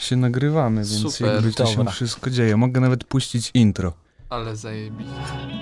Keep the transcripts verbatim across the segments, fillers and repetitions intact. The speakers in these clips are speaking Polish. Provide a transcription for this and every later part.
się nagrywamy, więc Super, jakby to się dobra. wszystko dzieje. Mogę nawet puścić intro. Ale zajebiście.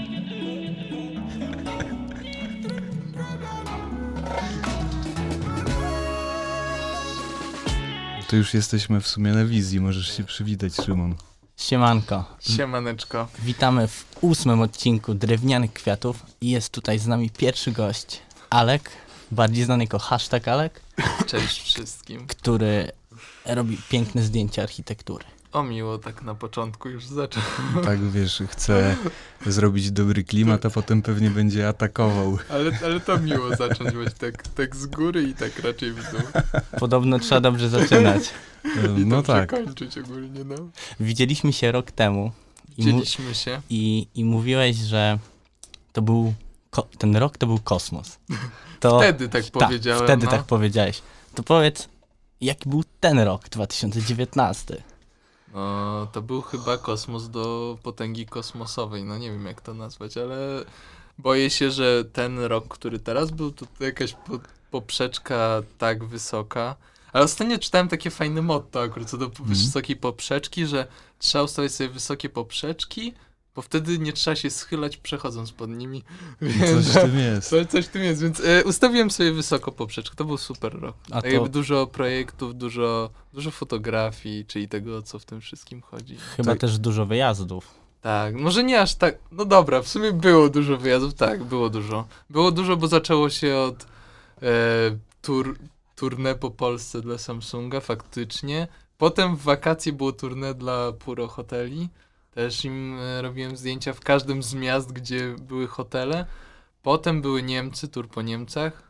To już jesteśmy w sumie na wizji, możesz się przywitać, Szymon. Siemanko. Siemaneczko. Witamy w ósmym odcinku Drewnianych Kwiatów i jest tutaj z nami pierwszy gość, Alek, bardziej znany jako hashtag Alek, Cześć wszystkim. który robi piękne zdjęcia architektury. O miło, tak na początku już zaczął. Tak, wiesz, chcę zrobić dobry klimat, a potem pewnie będzie atakował. Ale, ale to miło zacząć właśnie tak, tak z góry i tak raczej w dół. Podobno trzeba dobrze zaczynać. I No dobrze tak. kończyć ogólnie, no. Widzieliśmy się rok temu i, mu- Widzieliśmy się. i, i mówiłeś, że to był, ko- ten rok to był kosmos. To, Wtedy tak powiedziałem. wtedy no. tak powiedziałeś. To powiedz, jaki był ten rok, dwa tysiące dziewiętnasty? No, to był chyba kosmos do potęgi kosmosowej. No nie wiem jak to nazwać, ale boję się, że ten rok, który teraz był, to jakaś po, poprzeczka tak wysoka. Ale ostatnio czytałem takie fajne motto akurat co do Mhm. wysokiej poprzeczki, że trzeba ustawiać sobie wysokie poprzeczki, bo wtedy nie trzeba się schylać przechodząc pod nimi. Coś w tym jest. Co, coś w tym jest, więc e, ustawiłem sobie wysoko poprzeczkę. To był super rok. A A jakby to dużo projektów, dużo, dużo fotografii, czyli tego, o co w tym wszystkim chodzi. chyba to- też dużo wyjazdów. Tak, może nie aż tak, no dobra, w sumie było dużo wyjazdów, tak, było dużo. Było dużo, bo zaczęło się od e, tur, tournée po Polsce dla Samsunga, faktycznie. Potem w wakacje było tournée dla Puro Hoteli. Też im e, robiłem zdjęcia w każdym z miast, gdzie były hotele. Potem były Niemcy, tour po Niemcach.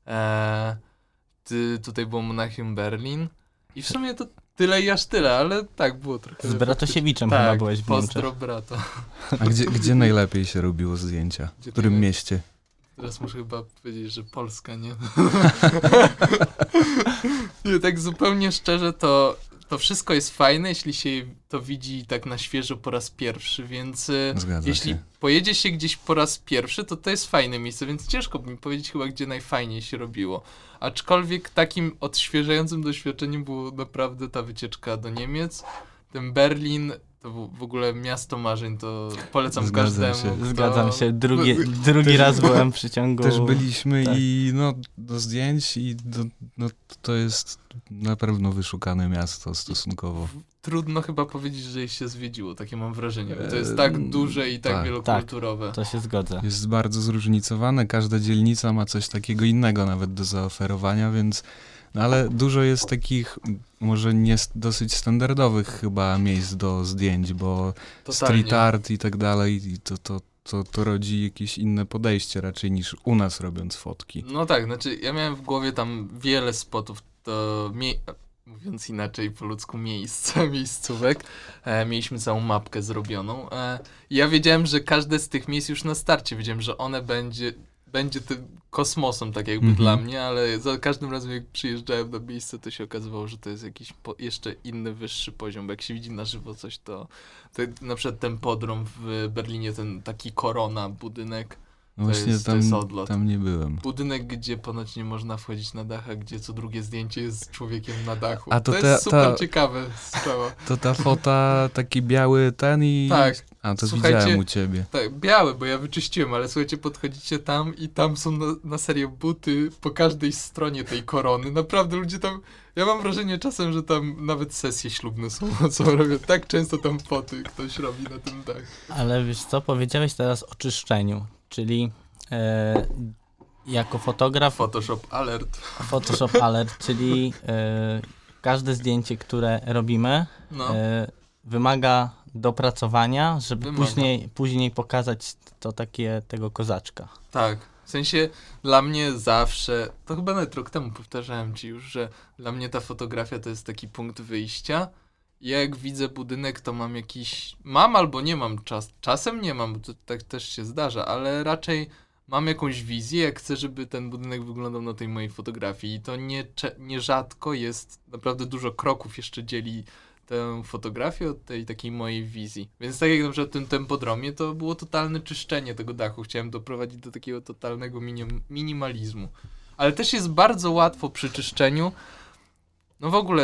E, ty, tutaj było Monachium, Berlin. I w sumie to tyle i aż tyle, ale tak, było trochę. Z Bratosiewiczem tak, chyba byłeś w pozdro Niemczech. brato. A gdzie, gdzie najlepiej się robiło zdjęcia? W Gdzie którym najlepiej? mieście? Teraz muszę chyba powiedzieć, że Polska, nie? Nie, tak zupełnie szczerze, to, to wszystko jest fajne, jeśli się to widzi tak na świeżo po raz pierwszy, więc y, Zgadza jeśli się. pojedzie się gdzieś po raz pierwszy, to to jest fajne miejsce, więc ciężko mi powiedzieć chyba, gdzie najfajniej się robiło. Aczkolwiek takim odświeżającym doświadczeniem było naprawdę ta wycieczka do Niemiec. Ten Berlin, to w w ogóle miasto marzeń, to polecam Zgadzam każdemu. się. kto- Zgadzam się, drugi, No, drugi raz byłem w przeciągu... Też byliśmy tak. i no do zdjęć i do, no, to jest na pewno wyszukane miasto stosunkowo. Trudno chyba powiedzieć, że jej się zwiedziło, takie mam wrażenie. Bo to jest Eee, tak duże i tak, tak, wielokulturowe. To się zgodzę. Jest bardzo zróżnicowane, każda dzielnica ma coś takiego innego nawet do zaoferowania, więc no ale dużo jest takich może nie s- dosyć standardowych chyba miejsc do zdjęć, bo Totalnie. street art i tak dalej i to, to, to, to rodzi jakieś inne podejście raczej niż u nas robiąc fotki. No tak, znaczy ja miałem w głowie tam wiele spotów, to mie- mówiąc inaczej po ludzku miejsca, miejscówek. E, mieliśmy całą mapkę zrobioną. E, i ja wiedziałem, że każde z tych miejsc już na starcie, wiedziałem, że one będzie, będzie tym kosmosem tak jakby Mhm. dla mnie, ale za każdym razem jak przyjeżdżałem do miejsca, to się okazywało, że to jest jakiś po- jeszcze inny, wyższy poziom, bo jak się widzi na żywo coś, to, to na przykład ten podrom w Berlinie, ten taki korona budynek, No To właśnie jest- to tam, jest odlot. tam nie byłem. budynek, gdzie ponoć nie można wchodzić na dach, a gdzie co drugie zdjęcie jest z człowiekiem na dachu. A to to te- jest super ta- ciekawe sprawa. To ta fota, taki biały ten i... Tak, A to Słuchajcie, widziałem u ciebie. tak, białe, bo ja wyczyściłem, ale słuchajcie, podchodzicie tam i tam są na, na serio buty po każdej stronie tej korony. Naprawdę ludzie tam, ja mam wrażenie czasem, że tam nawet sesje ślubne są, co robią. Tak często tam foty ktoś robi na tym dachu. Ale wiesz co, powiedziałeś teraz o czyszczeniu, czyli e, jako fotograf Photoshop alert. Photoshop Alert, czyli e, każde zdjęcie, które robimy No, e, wymaga dopracowania, żeby Wymaga. później, później pokazać to takie tego kozaczka. tak. W sensie dla mnie zawsze, to chyba nawet rok temu powtarzałem ci już, że dla mnie ta fotografia to jest taki punkt wyjścia. Ja jak widzę budynek, to mam jakiś, mam albo nie mam czas, czasem nie mam, bo to tak też się zdarza, ale raczej mam jakąś wizję, jak chcę, żeby ten budynek wyglądał na tej mojej fotografii i to nie, cze- nierzadko jest, naprawdę dużo kroków jeszcze dzieli tę fotografię od tej takiej mojej wizji. Więc tak jak na przykład w tym Tempodromie, to było totalne czyszczenie tego dachu. Chciałem doprowadzić do takiego totalnego minim- minimalizmu. Ale też jest bardzo łatwo przy czyszczeniu. No w ogóle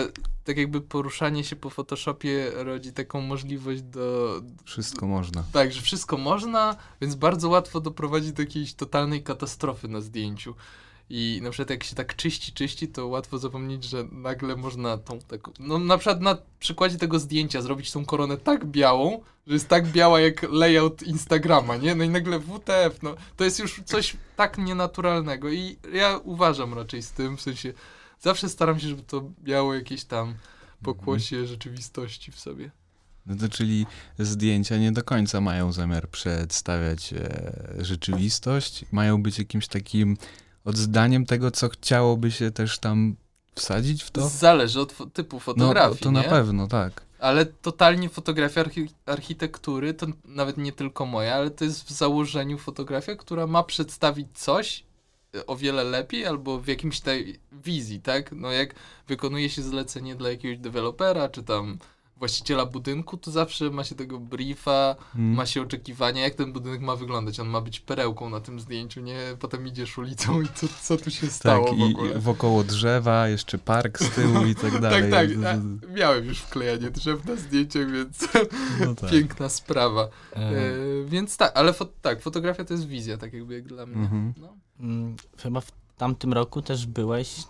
tak jakby poruszanie się po Photoshopie rodzi taką możliwość do... Wszystko można. Tak, że wszystko można, więc bardzo łatwo doprowadzić do jakiejś totalnej katastrofy na zdjęciu. I na przykład jak się tak czyści, czyści, to łatwo zapomnieć, że nagle można tą taką... No na przykład na przykładzie tego zdjęcia zrobić tą koronę tak białą, że jest tak biała jak layout Instagrama, nie? No i nagle W T F, no to jest już coś tak nienaturalnego i ja uważam raczej z tym, w sensie zawsze staram się, żeby to miało jakieś tam pokłosie mhm. rzeczywistości w sobie. No to czyli zdjęcia nie do końca mają zamiar przedstawiać e, rzeczywistość, mają być jakimś takim odzdaniem tego, co chciałoby się też tam wsadzić w to? Zależy od fo- typu fotografii, No to nie? na pewno, tak. Ale totalnie fotografia archi- architektury, to nawet nie tylko moja, ale to jest w założeniu fotografia, która ma przedstawić coś o wiele lepiej albo w jakimś tej wizji, tak? No jak wykonuje się zlecenie dla jakiegoś dewelopera, czy tam właściciela budynku, to zawsze ma się tego briefa, hmm. ma się oczekiwania, jak ten budynek ma wyglądać. On ma być perełką na tym zdjęciu, nie? Potem idziesz ulicą i co, co tu się stało tak, w ogóle. Tak, i wokoło drzewa, jeszcze park z tyłu i tak dalej. tak, tak. A, miałem już wklejanie drzew na zdjęciach, więc no tak. Piękna sprawa. E, więc tak, ale fo- tak, fotografia to jest wizja, tak jakby jak dla mnie. Mhm. No. Hmm, chyba w tamtym roku też byłeś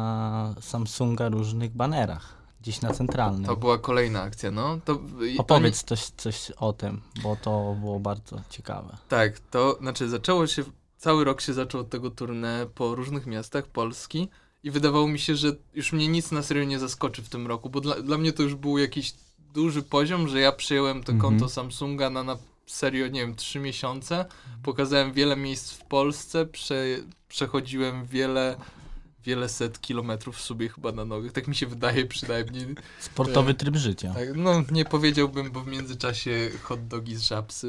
na Samsunga różnych banerach. Gdzieś na centralnym. To była kolejna akcja, no. To, Opowiedz oni... coś, coś o tym, bo to było bardzo ciekawe. Tak, to znaczy zaczęło się, cały rok się zaczął od tego tournée po różnych miastach Polski i wydawało mi się, że już mnie nic na serio nie zaskoczy w tym roku, bo dla, dla mnie to już był jakiś duży poziom, że ja przyjąłem to konto mhm. Samsunga na, na serio, nie wiem, trzy miesiące, pokazałem wiele miejsc w Polsce, prze, przechodziłem wiele... wiele set kilometrów sobie chyba na nogach. Tak mi się wydaje przynajmniej. Sportowy tryb życia. Tak, no nie powiedziałbym, bo w międzyczasie hot dogi z żabsy.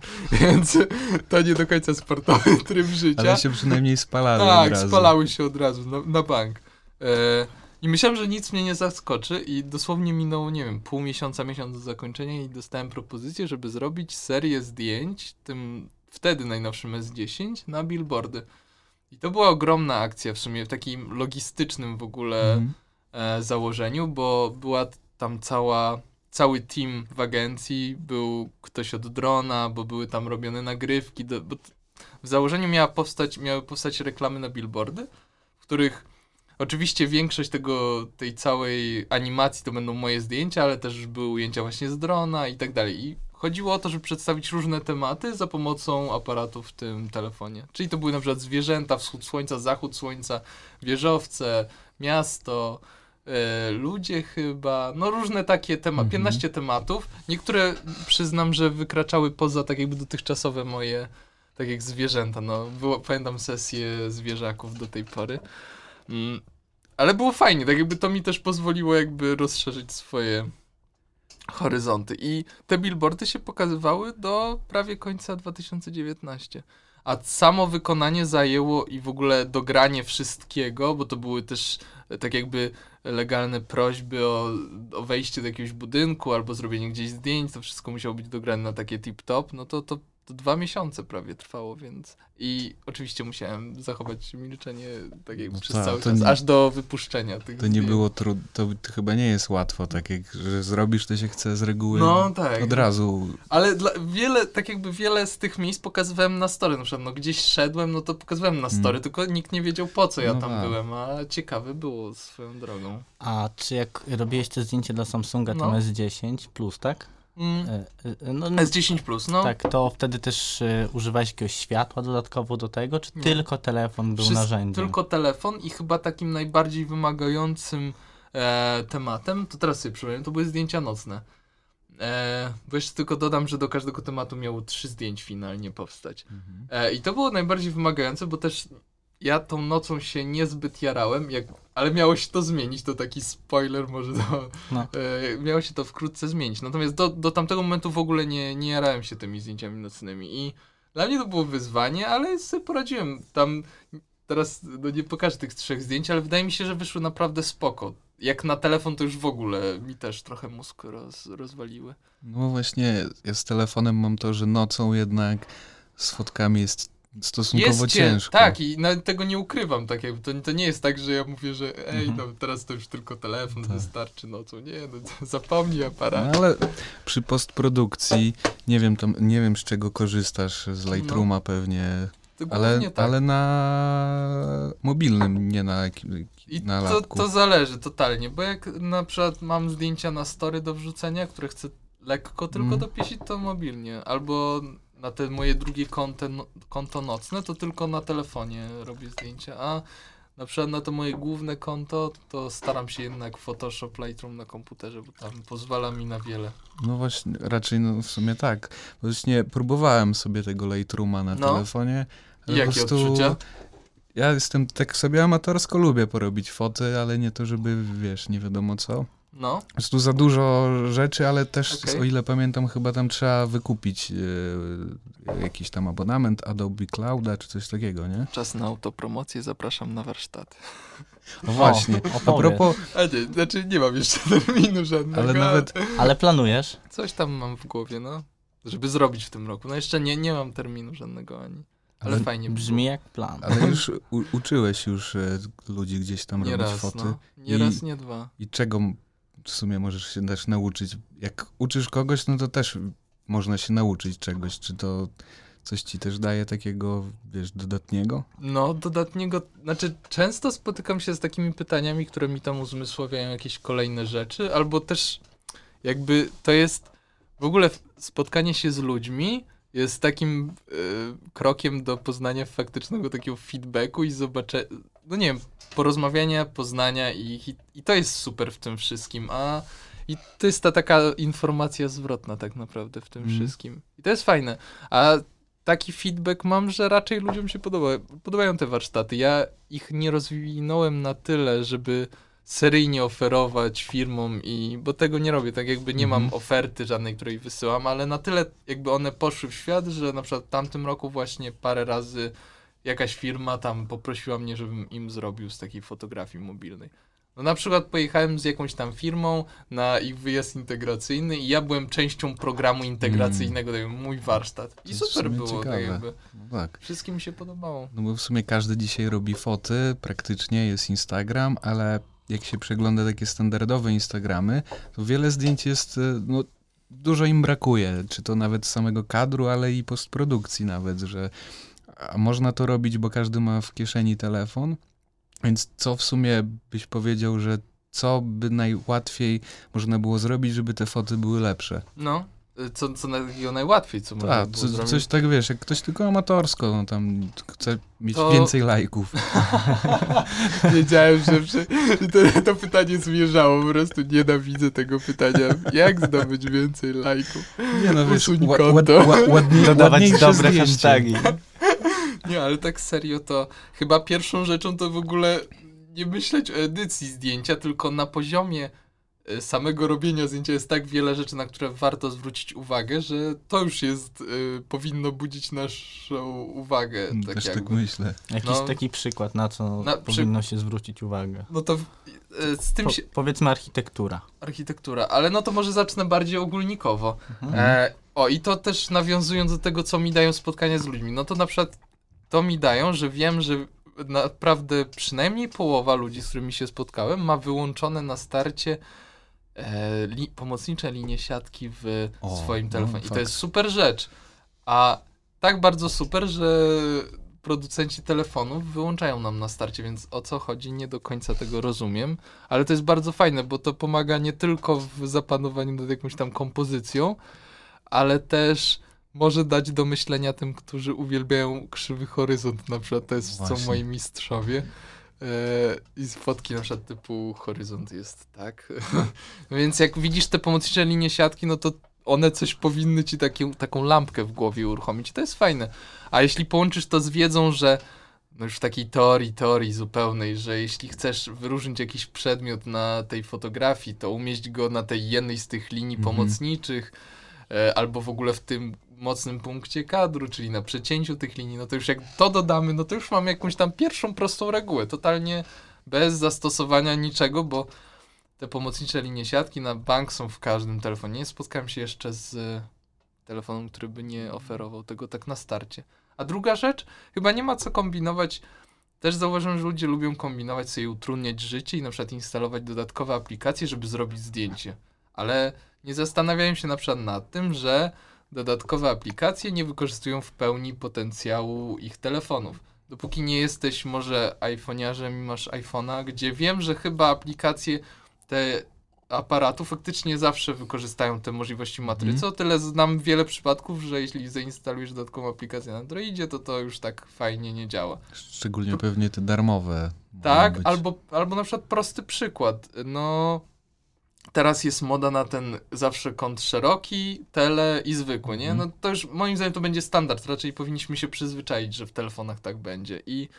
Więc to nie do końca sportowy tryb życia. Ale się przynajmniej spalały tak, od razu. Tak, spalały się od razu na, na bank. E, I myślałem, że nic mnie nie zaskoczy i dosłownie minęło, nie wiem, pół miesiąca, miesiąc do zakończenia i dostałem propozycję, żeby zrobić serię zdjęć tym wtedy najnowszym S dziesięć na billboardy. I to była ogromna akcja w sumie, w takim logistycznym w ogóle mm. e, założeniu, bo była tam cała, cały team w agencji, był ktoś od drona, bo były tam robione nagrywki, do, bo t- w założeniu miała powstać, miały powstać reklamy na billboardy, w których oczywiście większość tego, tej całej animacji to będą moje zdjęcia, ale też były ujęcia właśnie z drona i tak dalej. I chodziło o to, żeby przedstawić różne tematy za pomocą aparatu w tym telefonie. Czyli to były na przykład zwierzęta, wschód słońca, zachód słońca, wieżowce, miasto, e, ludzie chyba, no różne takie tematy, mhm. piętnaście tematów. Niektóre przyznam, że wykraczały poza tak jakby dotychczasowe moje, tak jak zwierzęta, no było, pamiętam sesję zwierzaków do tej pory. Mm, ale było fajnie, tak jakby to mi też pozwoliło jakby rozszerzyć swoje horyzonty. I te billboardy się pokazywały do prawie końca dwa tysiące dziewiętnastego. A samo wykonanie zajęło i w ogóle dogranie wszystkiego, bo to były też tak jakby legalne prośby o, o wejście do jakiegoś budynku albo zrobienie gdzieś zdjęć, to wszystko musiało być dograne na takie tip-top, no to, to, to dwa miesiące prawie trwało, więc i oczywiście musiałem zachować milczenie tak jakby no przez ta, cały czas, nie, aż do wypuszczenia tych To nie zdjęć. było trudne, to, to chyba nie jest łatwo, tak jak, że zrobisz, to się chce z reguły no, tak. od razu. Ale dla, wiele, tak jakby wiele z tych miejsc pokazywałem na story, na przykład no gdzieś szedłem, no to pokazywałem na story, hmm. tylko nikt nie wiedział po co ja no tam a. byłem, a ciekawe było swoją drogą. A czy jak robiłeś te zdjęcie dla Samsunga, no. tam S dziesięć plus, tak? Mm. No, S dziesięć plus, no. Tak, to wtedy też y, używałeś jakiegoś światła dodatkowo do tego, czy nie. tylko telefon był Wszystko, narzędziem? Tylko telefon i chyba takim najbardziej wymagającym e, tematem, to teraz sobie przypomnę, to były zdjęcia nocne. E, bo jeszcze tylko dodam, że do każdego tematu miało trzy zdjęć finalnie powstać. Mhm. E, I to było najbardziej wymagające, bo też ja tą nocą się niezbyt jarałem, jak, ale miało się to zmienić, to taki spoiler może to, no. e, miało się to wkrótce zmienić. Natomiast do, do tamtego momentu w ogóle nie, nie jarałem się tymi zdjęciami nocnymi i dla mnie to było wyzwanie, ale sobie poradziłem. Tam teraz no nie pokażę tych trzech zdjęć, ale wydaje mi się, że wyszły naprawdę spoko. Jak na telefon to już w ogóle mi też trochę mózg roz, rozwaliły. No właśnie, ja z telefonem mam to, że nocą jednak z fotkami jest stosunkowo Jest cię- ciężko. Tak, i nawet tego nie ukrywam. Tak jakby to, to nie jest tak, że ja mówię, że ej, Mhm. no teraz to już tylko telefon Tak. wystarczy nocą. Nie, no to zapomnij No, aparat. ale przy postprodukcji, nie wiem, tam, nie wiem z czego korzystasz, z Lightrooma pewnie, To ale, głównie tak. ale na mobilnym, nie na, jakim- I na to, lapku. to zależy totalnie, bo jak na przykład mam zdjęcia na story do wrzucenia, które chcę lekko tylko Mm. dopieścić, to mobilnie. Albo na te moje drugie konto, no, konto nocne, to tylko na telefonie robię zdjęcia, a na przykład na to moje główne konto, to staram się jednak Photoshop, Lightroom na komputerze, bo tam pozwala mi na wiele. No właśnie, raczej no w sumie tak. Właśnie próbowałem sobie tego Lightrooma na No. telefonie. I ale po jakie prostu odczucia? Ja jestem tak sobie amatorsko, lubię porobić foty, ale nie to, żeby, wiesz, nie wiadomo co. No, Po prostu za dużo rzeczy, ale też, Okej. o ile pamiętam, chyba tam trzeba wykupić e, jakiś tam abonament Adobe Clouda, czy coś takiego, nie? czas na autopromocję, zapraszam na warsztaty. No właśnie, O, a opowiedz. propos, A nie, znaczy nie mam jeszcze terminu żadnego. ale nawet, Ale planujesz? Coś tam mam w głowie, no. Żeby zrobić w tym roku. No jeszcze nie, nie mam terminu żadnego ani. Ale, Ale fajnie Brzmi jak plan. ale już u, uczyłeś już e, ludzi gdzieś tam nie robić raz, foty. no. Nie I- raz, nie dwa. I czego w sumie możesz się też nauczyć? Jak uczysz kogoś, no to też można się nauczyć czegoś. Czy to coś ci też daje takiego, wiesz, dodatniego? No, dodatniego, znaczy często spotykam się z takimi pytaniami, które mi tam uzmysławiają jakieś kolejne rzeczy, albo też jakby to jest w ogóle spotkanie się z ludźmi jest takim y, krokiem do poznania faktycznego takiego feedbacku i zobaczenia, no nie wiem, porozmawiania, poznania ich i, i to jest super w tym wszystkim, a i to jest ta taka informacja zwrotna tak naprawdę w tym Mm. wszystkim. I to jest fajne. A taki feedback mam, że raczej ludziom się podoba. Podobają te warsztaty. Ja ich nie rozwinąłem na tyle, żeby seryjnie oferować firmom i, bo tego nie robię, tak jakby nie Mhm. mam oferty żadnej, której wysyłam, ale na tyle jakby one poszły w świat, że na przykład w tamtym roku właśnie parę razy jakaś firma tam poprosiła mnie, żebym im zrobił z takiej fotografii mobilnej. No na przykład pojechałem z jakąś tam firmą na ich wyjazd integracyjny i ja byłem częścią programu integracyjnego, tak jakby mój warsztat. To I jest w super sumie było, ciekawe. tak jakby. No tak. Wszystkim mi się podobało. No bo w sumie każdy dzisiaj robi foty, praktycznie jest Instagram, ale jak się przegląda takie standardowe Instagramy, to wiele zdjęć jest, e, no dużo im brakuje, czy to nawet samego kadru, ale i postprodukcji nawet, że a można to robić, bo każdy ma w kieszeni telefon, więc co w sumie byś powiedział, że co by najłatwiej można było zrobić, żeby te foty były lepsze? No, y, co, co takiego najłatwiej, co można Tak, było co, zrobić. coś tak wiesz, jak ktoś tylko amatorsko, no tam chce mieć To- więcej lajków. Wiedziałem, że przy... to, to pytanie zmierzało, po prostu nienawidzę tego pytania. Jak zdobyć więcej lajków? Nie no, wiesz, Usuń ła, konto. ład, ła, ładniej, Dodawać ładniejsze dobre zdjęcie. hasztagi. Nie, ale tak serio to chyba pierwszą rzeczą to w ogóle nie myśleć o edycji zdjęcia, tylko na poziomie y, samego robienia zdjęcia jest tak wiele rzeczy, na które warto zwrócić uwagę, że to już jest, y, powinno budzić naszą uwagę. Tak Też tak jakby. myślę. Jakiś No. taki przykład, na co Na przy- powinno się zwrócić uwagę. No to w- y, z tym Po, się... powiedzmy architektura. Architektura, ale no to może zacznę bardziej ogólnikowo. Mhm. E, o, i to też nawiązując do tego, co mi dają spotkania z ludźmi. No to na przykład to mi dają, że wiem, że naprawdę przynajmniej połowa ludzi, z którymi się spotkałem, ma wyłączone na starcie e, li, pomocnicze linie siatki w O, swoim no, telefonie. I to fakt. jest super rzecz. A tak bardzo super, że producenci telefonów wyłączają nam na starcie, więc o co chodzi, nie do końca tego rozumiem, ale to jest bardzo fajne, bo to pomaga nie tylko w zapanowaniu nad jakąś tam kompozycją, ale też może dać do myślenia tym, którzy uwielbiają krzywy horyzont, na przykład to jest co Właśnie. moi mistrzowie. E, I z fotki na przykład typu horyzont jest tak. Więc jak widzisz te pomocnicze linie siatki, no to one coś powinny ci takie, taką lampkę w głowie uruchomić. To jest fajne. A jeśli połączysz to z wiedzą, że no już w takiej teorii, teorii zupełnej, że jeśli chcesz wyróżnić jakiś przedmiot na tej fotografii, to umieść go na tej jednej z tych linii Mhm. pomocniczych, e, albo w ogóle w tym mocnym punkcie kadru, czyli na przecięciu tych linii, no to już jak to dodamy, no to już mamy jakąś tam pierwszą prostą regułę, totalnie bez zastosowania niczego, bo te pomocnicze linie siatki na bank są w każdym telefonie. Nie spotkałem się jeszcze z telefonem, który by nie oferował tego tak na starcie. A druga rzecz, chyba nie ma co kombinować. Też zauważyłem, że ludzie lubią kombinować, sobie utrudniać życie i na przykład instalować dodatkowe aplikacje, żeby zrobić zdjęcie. Ale nie zastanawiają się na przykład nad tym, że dodatkowe aplikacje nie wykorzystują w pełni potencjału ich telefonów. Dopóki nie jesteś może iPhoniarzem i masz iPhone'a, gdzie wiem, że chyba aplikacje te aparatu faktycznie zawsze wykorzystają te możliwości matrycy. O tyle znam wiele przypadków, że jeśli zainstalujesz dodatkową aplikację na Androidzie, to to już tak fajnie nie działa. Szczególnie pewnie te darmowe. Tak, być. albo, albo na przykład prosty przykład. No, teraz jest moda na ten zawsze kąt szeroki, tele i zwykły, nie? No to już moim zdaniem to będzie standard. Raczej powinniśmy się przyzwyczaić, że w telefonach tak będzie. I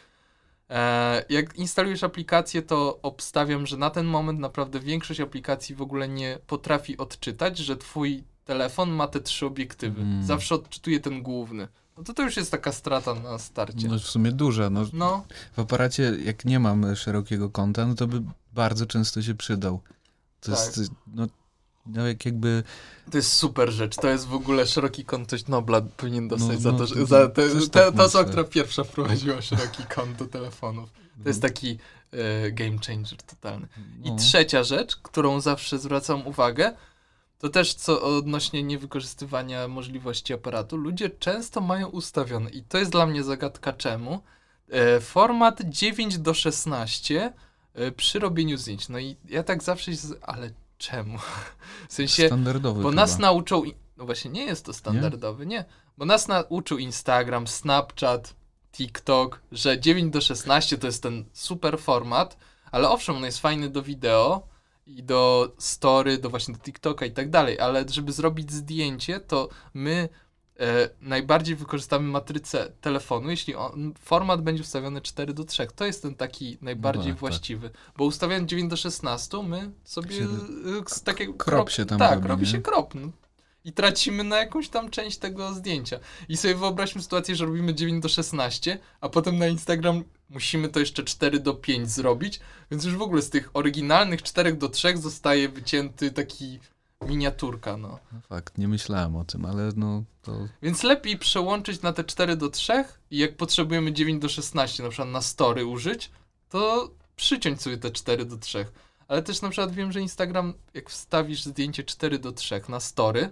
e, jak instalujesz aplikację, to obstawiam, że na ten moment naprawdę większość aplikacji w ogóle nie potrafi odczytać, że twój telefon ma te trzy obiektywy. Mm. Zawsze odczytuje ten główny. No to to już jest taka strata na starcie. No w sumie duża. No, No, w aparacie, jak nie mam szerokiego kąta, no to by bardzo często się przydał. To Tak. jest, no, no jak jakby... to jest super rzecz. To jest w ogóle szeroki kąt. Ktoś Nobla powinien dostać No, za no, to, że to- za te, też te, tak ta osoba, myślę. która pierwsza wprowadziła szeroki kąt do telefonów. To jest taki e, game changer totalny. I no. trzecia rzecz, którą zawsze zwracam uwagę, to też co odnośnie niewykorzystywania możliwości aparatu. Ludzie często mają ustawione, i to jest dla mnie zagadka czemu, e, format dziewięć do szesnastu e, przy robieniu zdjęć. No i ja tak zawsze się... z- Ale czemu? W sensie... Standardowy Bo chyba. nas nauczą, i- no właśnie nie jest to standardowy, nie. Bo nas nauczył Instagram, Snapchat, TikTok, że dziewięć do szesnastu to jest ten super format, ale owszem, on jest fajny do wideo i do story, do właśnie do TikToka i tak dalej, ale żeby zrobić zdjęcie, to my e, najbardziej wykorzystamy matrycę telefonu, jeśli on, format będzie ustawiony cztery do trzech. To jest ten taki najbardziej tak, tak. właściwy. Bo ustawiając dziewięć do szesnastu, my sobie Się- e, z takiego krop się tam tak, robi, robi nie? się krop. No. I tracimy na jakąś tam część tego zdjęcia. I sobie wyobraźmy sytuację, że robimy dziewięć do szesnastu, a potem na Instagram musimy to jeszcze cztery do pięciu zrobić, więc już w ogóle z tych oryginalnych cztery do trzech zostaje wycięty taki miniaturka, no. No fakt, nie myślałem o tym, ale no to... Więc lepiej przełączyć na te cztery do trzech i jak potrzebujemy dziewięć do szesnastu na przykład na story użyć, to przyciąć sobie te cztery do trzech. Ale też na przykład wiem, że Instagram, jak wstawisz zdjęcie cztery do trzech na story,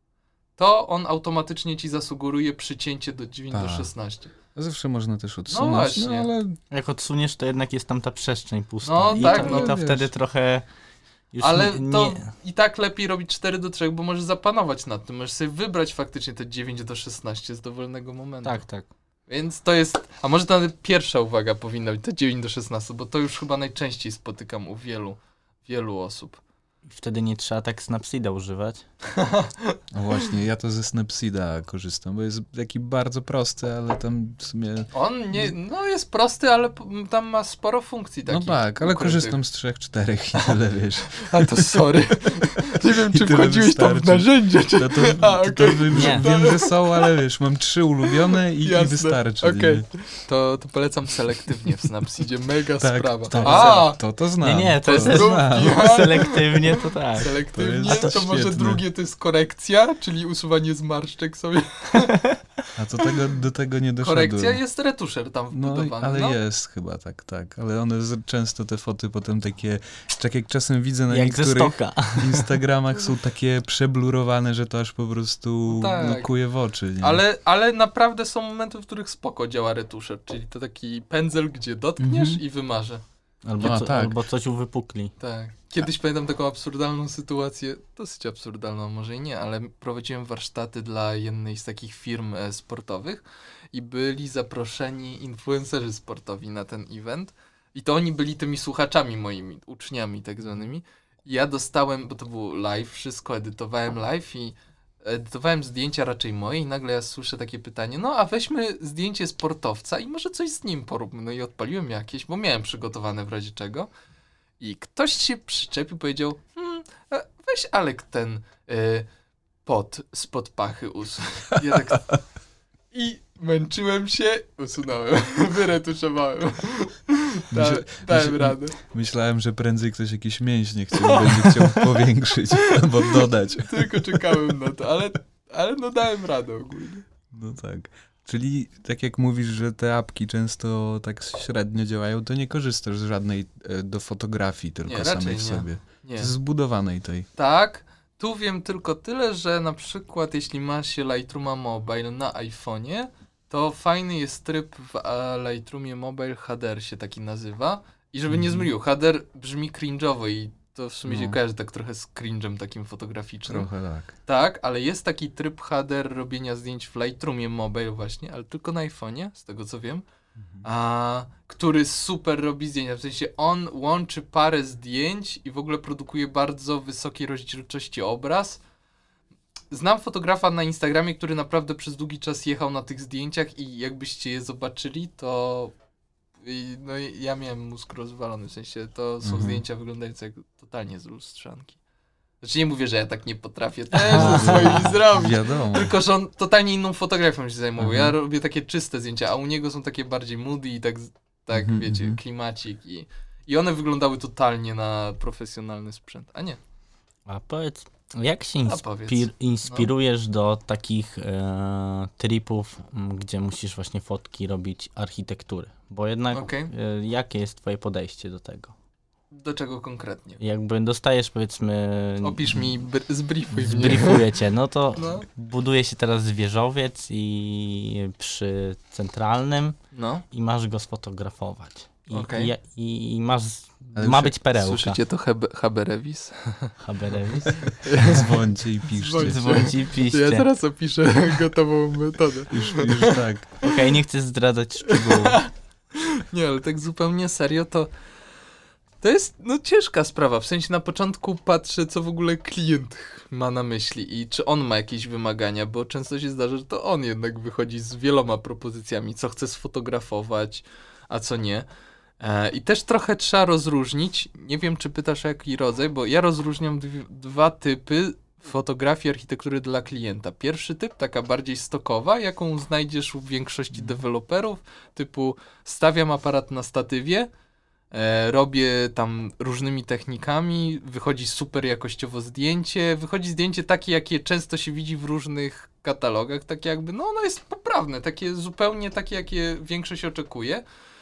to on automatycznie ci zasugeruje przycięcie do dziewięć do Tak. szesnastu. Zawsze można też odsunąć, no, właśnie. ale Jak odsuniesz, to jednak jest tam ta przestrzeń pusta. No I tak, to, no i to wiesz. wtedy trochę już Ale nie, to nie... i tak lepiej robić cztery do trzech, bo możesz zapanować nad tym. Możesz sobie wybrać faktycznie te dziewięć do szesnastu z dowolnego momentu. Tak, tak. Więc to jest... A może to nawet pierwsza uwaga powinna być, to dziewięć do szesnastu, bo to już chyba najczęściej spotykam u wielu, wielu osób. I wtedy nie trzeba tak Snapseeda używać. no właśnie, ja to ze Snapseeda korzystam, bo jest taki bardzo prosty, ale tam w sumie... On nie... No jest prosty, ale p- tam ma sporo funkcji No takich tak, ale ukrytych. korzystam z trzech, czterech i tyle, wiesz. A to sorry. Nie wiem, I czy tyle wchodziłeś tam w wystarczy. narzędzia, czy... To, to, A, to, okej. to wiem, że, Nie. wiem, że są, ale wiesz, mam trzy ulubione i, i Jasne, wystarczy. okej. nie? To, to polecam selektywnie w Snapseedzie. Mega Tak, sprawa. to, A! to, to znam. Nie, nie, to to jest jest znam. drugi. selektywnie, to tak. Selektywnie, To to, jest może świetne. drugie to jest korekcja, czyli usuwanie zmarszczek sobie. A to tego, do tego nie doszedłem. Korekcja jest retuszer tam No, wbudowany. ale no. jest chyba tak, tak. Ale one z, często te foty potem takie, tak jak czasem widzę na Jak ze niektórych stoka. Instagramach są takie przeblurowane, że to aż po prostu No tak. no, kuje w oczy. Nie? Ale, ale naprawdę są momenty, w których spoko działa retuszer, czyli to taki pędzel, gdzie dotkniesz Mhm. i wymarzę. Albo, A, co, tak. albo coś uwypukli. Tak. Kiedyś pamiętam taką absurdalną sytuację, dosyć absurdalną, może i nie, ale prowadziłem warsztaty dla jednej z takich firm e, sportowych i byli zaproszeni influencerzy sportowi na ten event i to oni byli tymi słuchaczami moimi, uczniami tak zwanymi. I ja dostałem, bo to był live, wszystko edytowałem live i edytowałem zdjęcia raczej moje i nagle ja słyszę takie pytanie, no a weźmy zdjęcie sportowca i może coś z nim poróbmy. No i odpaliłem jakieś, bo miałem przygotowane w razie czego. I ktoś się przyczepił, powiedział, hmm, e, weź Alek ten y, pot spod pachy usuń. Ja tak... I męczyłem się, usunąłem, wyretuszowałem. Da, Myślę- dałem myślę- radę. Myślałem, że prędzej ktoś jakieś mięśnie chciał, będzie chciał powiększyć albo dodać. Tylko czekałem na to, ale, ale no dałem radę ogólnie. No tak. Czyli tak jak mówisz, że te apki często tak średnio działają, to nie korzystasz z żadnej e, do fotografii, tylko Nie, raczej samej w nie. sobie. Nie. Z zbudowanej tej. Tak, tu wiem tylko tyle, że na przykład jeśli ma się Lightrooma Mobile na iPhone'ie, to fajny jest tryb w e, Lightroomie Mobile, H D R się taki nazywa. I żeby nie Mhm. zmylił, H D R brzmi cringe'owo i to w sumie się No. kojarzy tak trochę z cringe'em takim fotograficznym. Trochę tak. Tak, ale jest taki tryb H D R robienia zdjęć w Lightroomie Mobile właśnie, ale tylko na iPhone'ie, z tego co wiem, a, który super robi zdjęcia, w sensie on łączy parę zdjęć i w ogóle produkuje bardzo wysokiej rozdzielczości obraz. Znam fotografa na Instagramie, który naprawdę przez długi czas jechał na tych zdjęciach i jakbyście je zobaczyli, to i, no i ja miałem mózg rozwalony, w sensie to są Mhm. zdjęcia wyglądające jak totalnie z lustrzanki. Znaczy nie mówię, że ja tak nie potrafię też ze swoimi zrobić. Wiadomo. Tylko, że on totalnie inną fotografią się zajmował. Ja Mhm. robię takie czyste zdjęcia, a u niego są takie bardziej moody i tak, tak Mhm, wiecie, mhm. klimacik i, i one wyglądały totalnie na profesjonalny sprzęt. A nie, A powiedz, jak się A powiedz. inspir- inspirujesz do takich e, tripów, m, gdzie musisz właśnie fotki robić architektury? Bo jednak okej. e, jakie jest twoje podejście do tego? Do czego konkretnie? Jakby dostajesz powiedzmy... Opisz mi, br- zbriefuj mnie. Zbriefuję cię, no to No. buduje się teraz wieżowiec i przy centralnym No, i masz go sfotografować. I, Okej. i, i, i masz, Ale ma czy- być perełka. słyszycie to Habe- Haberewis? Haberewis. Dzwońcie i piszcie. Dzwońcie. Dzwońcie i piszcie. Ja zaraz opiszę gotową metodę. Już, już tak. Okej, nie chcę zdradzać szczegółów. Nie, ale tak zupełnie serio, to to jest no ciężka sprawa. W sensie na początku patrzę, co w ogóle klient ma na myśli i czy on ma jakieś wymagania, bo często się zdarza, że to on jednak wychodzi z wieloma propozycjami, co chce sfotografować, a co nie. E, I też trochę trzeba rozróżnić, nie wiem, czy pytasz o jaki rodzaj, bo ja rozróżniam dwie, dwa typy fotografii architektury dla klienta. Pierwszy typ, taka bardziej stokowa, jaką znajdziesz u większości deweloperów, typu stawiam aparat na statywie, e, robię tam różnymi technikami, wychodzi super jakościowo zdjęcie, wychodzi zdjęcie takie, jakie często się widzi w różnych katalogach, takie jakby, no ono jest poprawne, takie zupełnie takie, jakie większość oczekuje.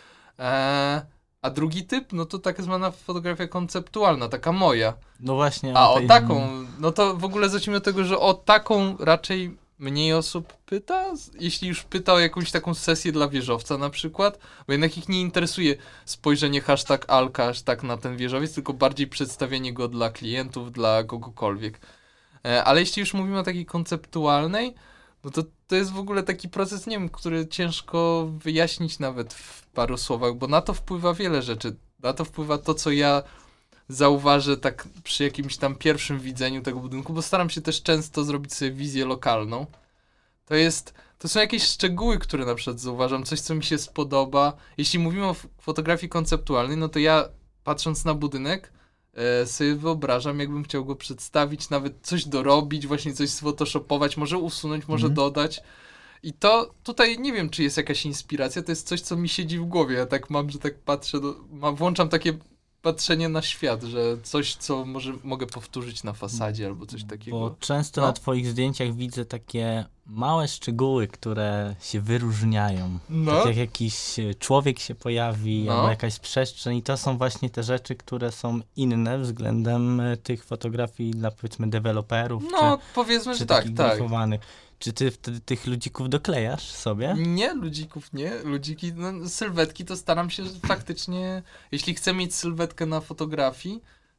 E, a drugi typ, no to tak zwana fotografia konceptualna, taka moja. No właśnie. A o tej- taką, no to w ogóle zacznijmy od tego, że o taką raczej mniej osób pyta, z- jeśli już pyta o jakąś taką sesję dla wieżowca na przykład, bo jednak ich nie interesuje spojrzenie hashtag Alka, hashtag na ten wieżowiec, tylko bardziej przedstawienie go dla klientów, dla kogokolwiek. E, ale jeśli już mówimy o takiej konceptualnej, no to to jest w ogóle taki proces, nie wiem, który ciężko wyjaśnić nawet w paru słowach, bo na to wpływa wiele rzeczy. Na to wpływa to, co ja zauważę tak przy jakimś tam pierwszym widzeniu tego budynku, bo staram się też często zrobić sobie wizję lokalną. To jest, to są jakieś szczegóły, które na przykład zauważam, coś, co mi się spodoba. Jeśli mówimy o f- fotografii konceptualnej, no to ja patrząc na budynek, e, sobie wyobrażam, jakbym chciał go przedstawić, nawet coś dorobić, właśnie coś sphotoshopować, może usunąć, może Mhm. dodać. I to tutaj nie wiem, czy jest jakaś inspiracja, to jest coś, co mi siedzi w głowie. Ja tak mam, że tak patrzę, do, ma, włączam takie patrzenie na świat, że coś, co może mogę powtórzyć na fasadzie albo coś takiego. Bo często No. na twoich zdjęciach widzę takie małe szczegóły, które się wyróżniają. No, Tak jak jakiś e, człowiek się pojawi, No. albo jakaś przestrzeń i to są właśnie te rzeczy, które są inne względem e, tych fotografii dla powiedzmy deweloperów, no powiedzmy, czy, że czy tak, takich tak. briefowanych. Czy ty wtedy tych ludzików doklejasz sobie? Nie, ludzików nie. Ludziki, no, sylwetki to staram się faktycznie, jeśli chcę mieć sylwetkę na fotografii,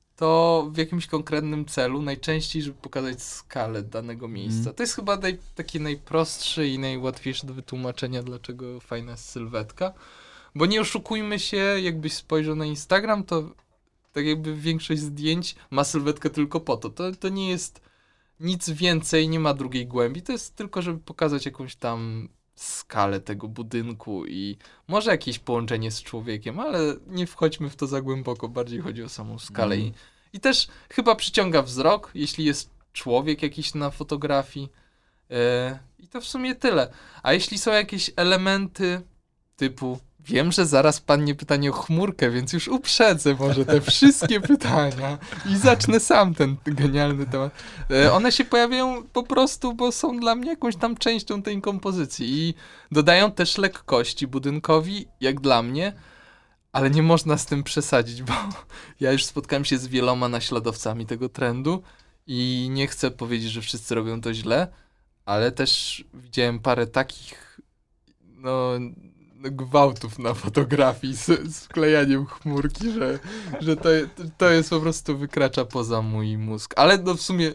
to w jakimś konkretnym celu, najczęściej, żeby pokazać skalę danego miejsca. Mm. To jest chyba naj, taki najprostszy i najłatwiejszy do wytłumaczenia, dlaczego fajna jest sylwetka. Bo nie oszukujmy się, jakbyś spojrzał na Instagram, to tak jakby większość zdjęć ma sylwetkę tylko po to. To, to nie jest nic więcej, nie ma drugiej głębi. To jest tylko, żeby pokazać jakąś tam skalę tego budynku i może jakieś połączenie z człowiekiem, ale nie wchodźmy w to za głęboko, bardziej chodzi o samą skalę. Mm. I, I też chyba przyciąga wzrok, jeśli jest człowiek jakiś na fotografii. E, I to w sumie tyle. A jeśli są jakieś elementy typu wiem, że zaraz padnie pytanie o chmurkę, więc już uprzedzę może te wszystkie pytania i zacznę sam ten genialny temat. E, one się pojawiają po prostu, bo są dla mnie jakąś tam częścią tej kompozycji i dodają też lekkości budynkowi, jak dla mnie, ale nie można z tym przesadzić, bo ja już spotkałem się z wieloma naśladowcami tego trendu i nie chcę powiedzieć, że wszyscy robią to źle, ale też widziałem parę takich no gwałtów na fotografii z, z wklejaniem chmurki, że, że to, to jest po prostu wykracza poza mój mózg. Ale no w sumie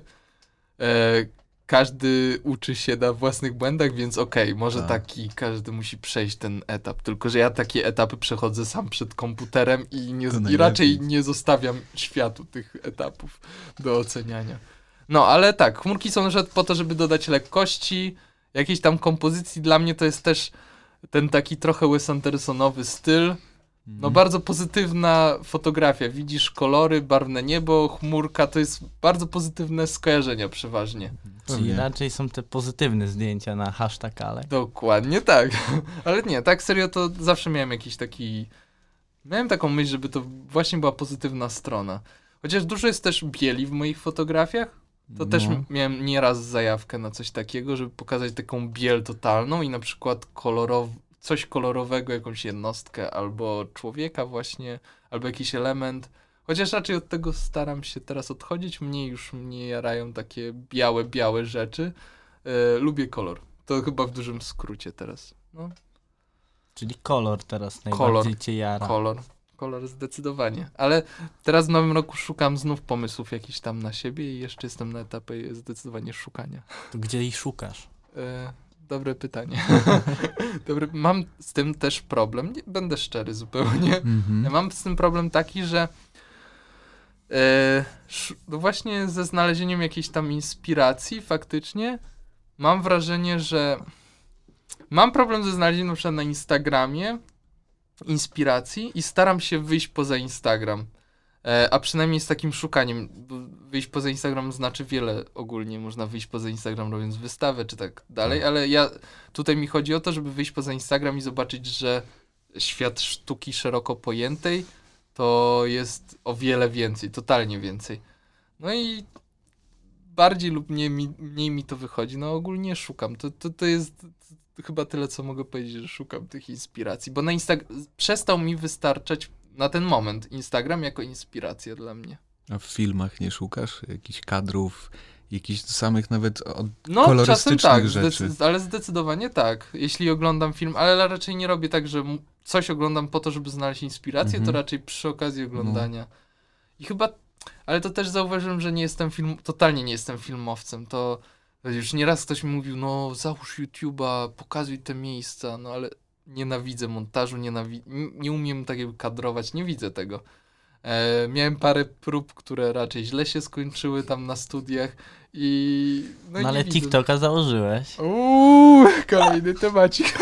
e, każdy uczy się na własnych błędach, więc okej, okay, może tak. taki każdy musi przejść ten etap. Tylko że ja takie etapy przechodzę sam przed komputerem i, nie, i raczej nie zostawiam światu tych etapów do oceniania. No, ale tak, chmurki są na przykład po to, żeby dodać lekkości, jakiejś tam kompozycji. Dla mnie to jest też ten taki trochę Wes Andersonowy styl. No Mhm. bardzo pozytywna fotografia. Widzisz kolory, barwne niebo, chmurka. To jest bardzo pozytywne skojarzenia przeważnie. Czyli Pewnie. raczej są te pozytywne zdjęcia na hashtag Alek. Dokładnie tak. Ale nie, tak serio to zawsze miałem jakiś taki... Miałem taką myśl, żeby to właśnie była pozytywna strona. Chociaż dużo jest też bieli w moich fotografiach. To też No. m- miałem nieraz zajawkę na coś takiego, żeby pokazać taką biel totalną i na przykład kolorow- coś kolorowego, jakąś jednostkę albo człowieka właśnie, albo jakiś element. Chociaż raczej od tego staram się teraz odchodzić. Mnie już mnie jarają takie białe, białe rzeczy. E, lubię kolor. To chyba w dużym skrócie teraz. No, Czyli kolor teraz Kolor. najbardziej cię jara. kolor. Kolor zdecydowanie. Ale teraz w nowym roku szukam znów pomysłów jakichś tam na siebie i jeszcze jestem na etapie zdecydowanie szukania. To gdzie ich szukasz? E, dobre pytanie. Dobre, mam z tym też problem. Nie, będę szczery zupełnie. Mhm. Ja mam z tym problem taki, że e, sz, no właśnie ze znalezieniem jakiejś tam inspiracji faktycznie mam wrażenie, że mam problem ze znalezieniem na przykład na Instagramie inspiracji i staram się wyjść poza Instagram. E, a przynajmniej z takim szukaniem. Bo wyjść poza Instagram znaczy wiele ogólnie. Można wyjść poza Instagram robiąc wystawę czy tak dalej, Tak. ale ja tutaj mi chodzi o to, żeby wyjść poza Instagram i zobaczyć, że świat sztuki szeroko pojętej to jest o wiele więcej, totalnie więcej. No i bardziej lub mniej mi, mniej mi to wychodzi. No ogólnie szukam. To, to, to jest to chyba tyle, co mogę powiedzieć, że szukam tych inspiracji. Bo na Insta- przestał mi wystarczać na ten moment Instagram jako inspiracja dla mnie. A w filmach nie szukasz jakichś kadrów, jakichś samych nawet od No, czasem kolorystycznych tak, rzeczy? zdecy- ale zdecydowanie tak. Jeśli oglądam film, ale raczej nie robię tak, że m- coś oglądam po to, żeby znaleźć inspirację, Mhm. to raczej przy okazji oglądania. I chyba, ale to też zauważyłem, że nie jestem film, totalnie nie jestem filmowcem. To już nieraz ktoś mi mówił, no załóż YouTube'a, pokazuj te miejsca, no ale nienawidzę montażu, nienawi- n- nie umiem tak jakby kadrować, nie widzę tego. E, miałem parę prób, które raczej źle się skończyły tam na studiach i... No, No i nie ale widzę. TikToka założyłeś. Uuu, kolejny temacik.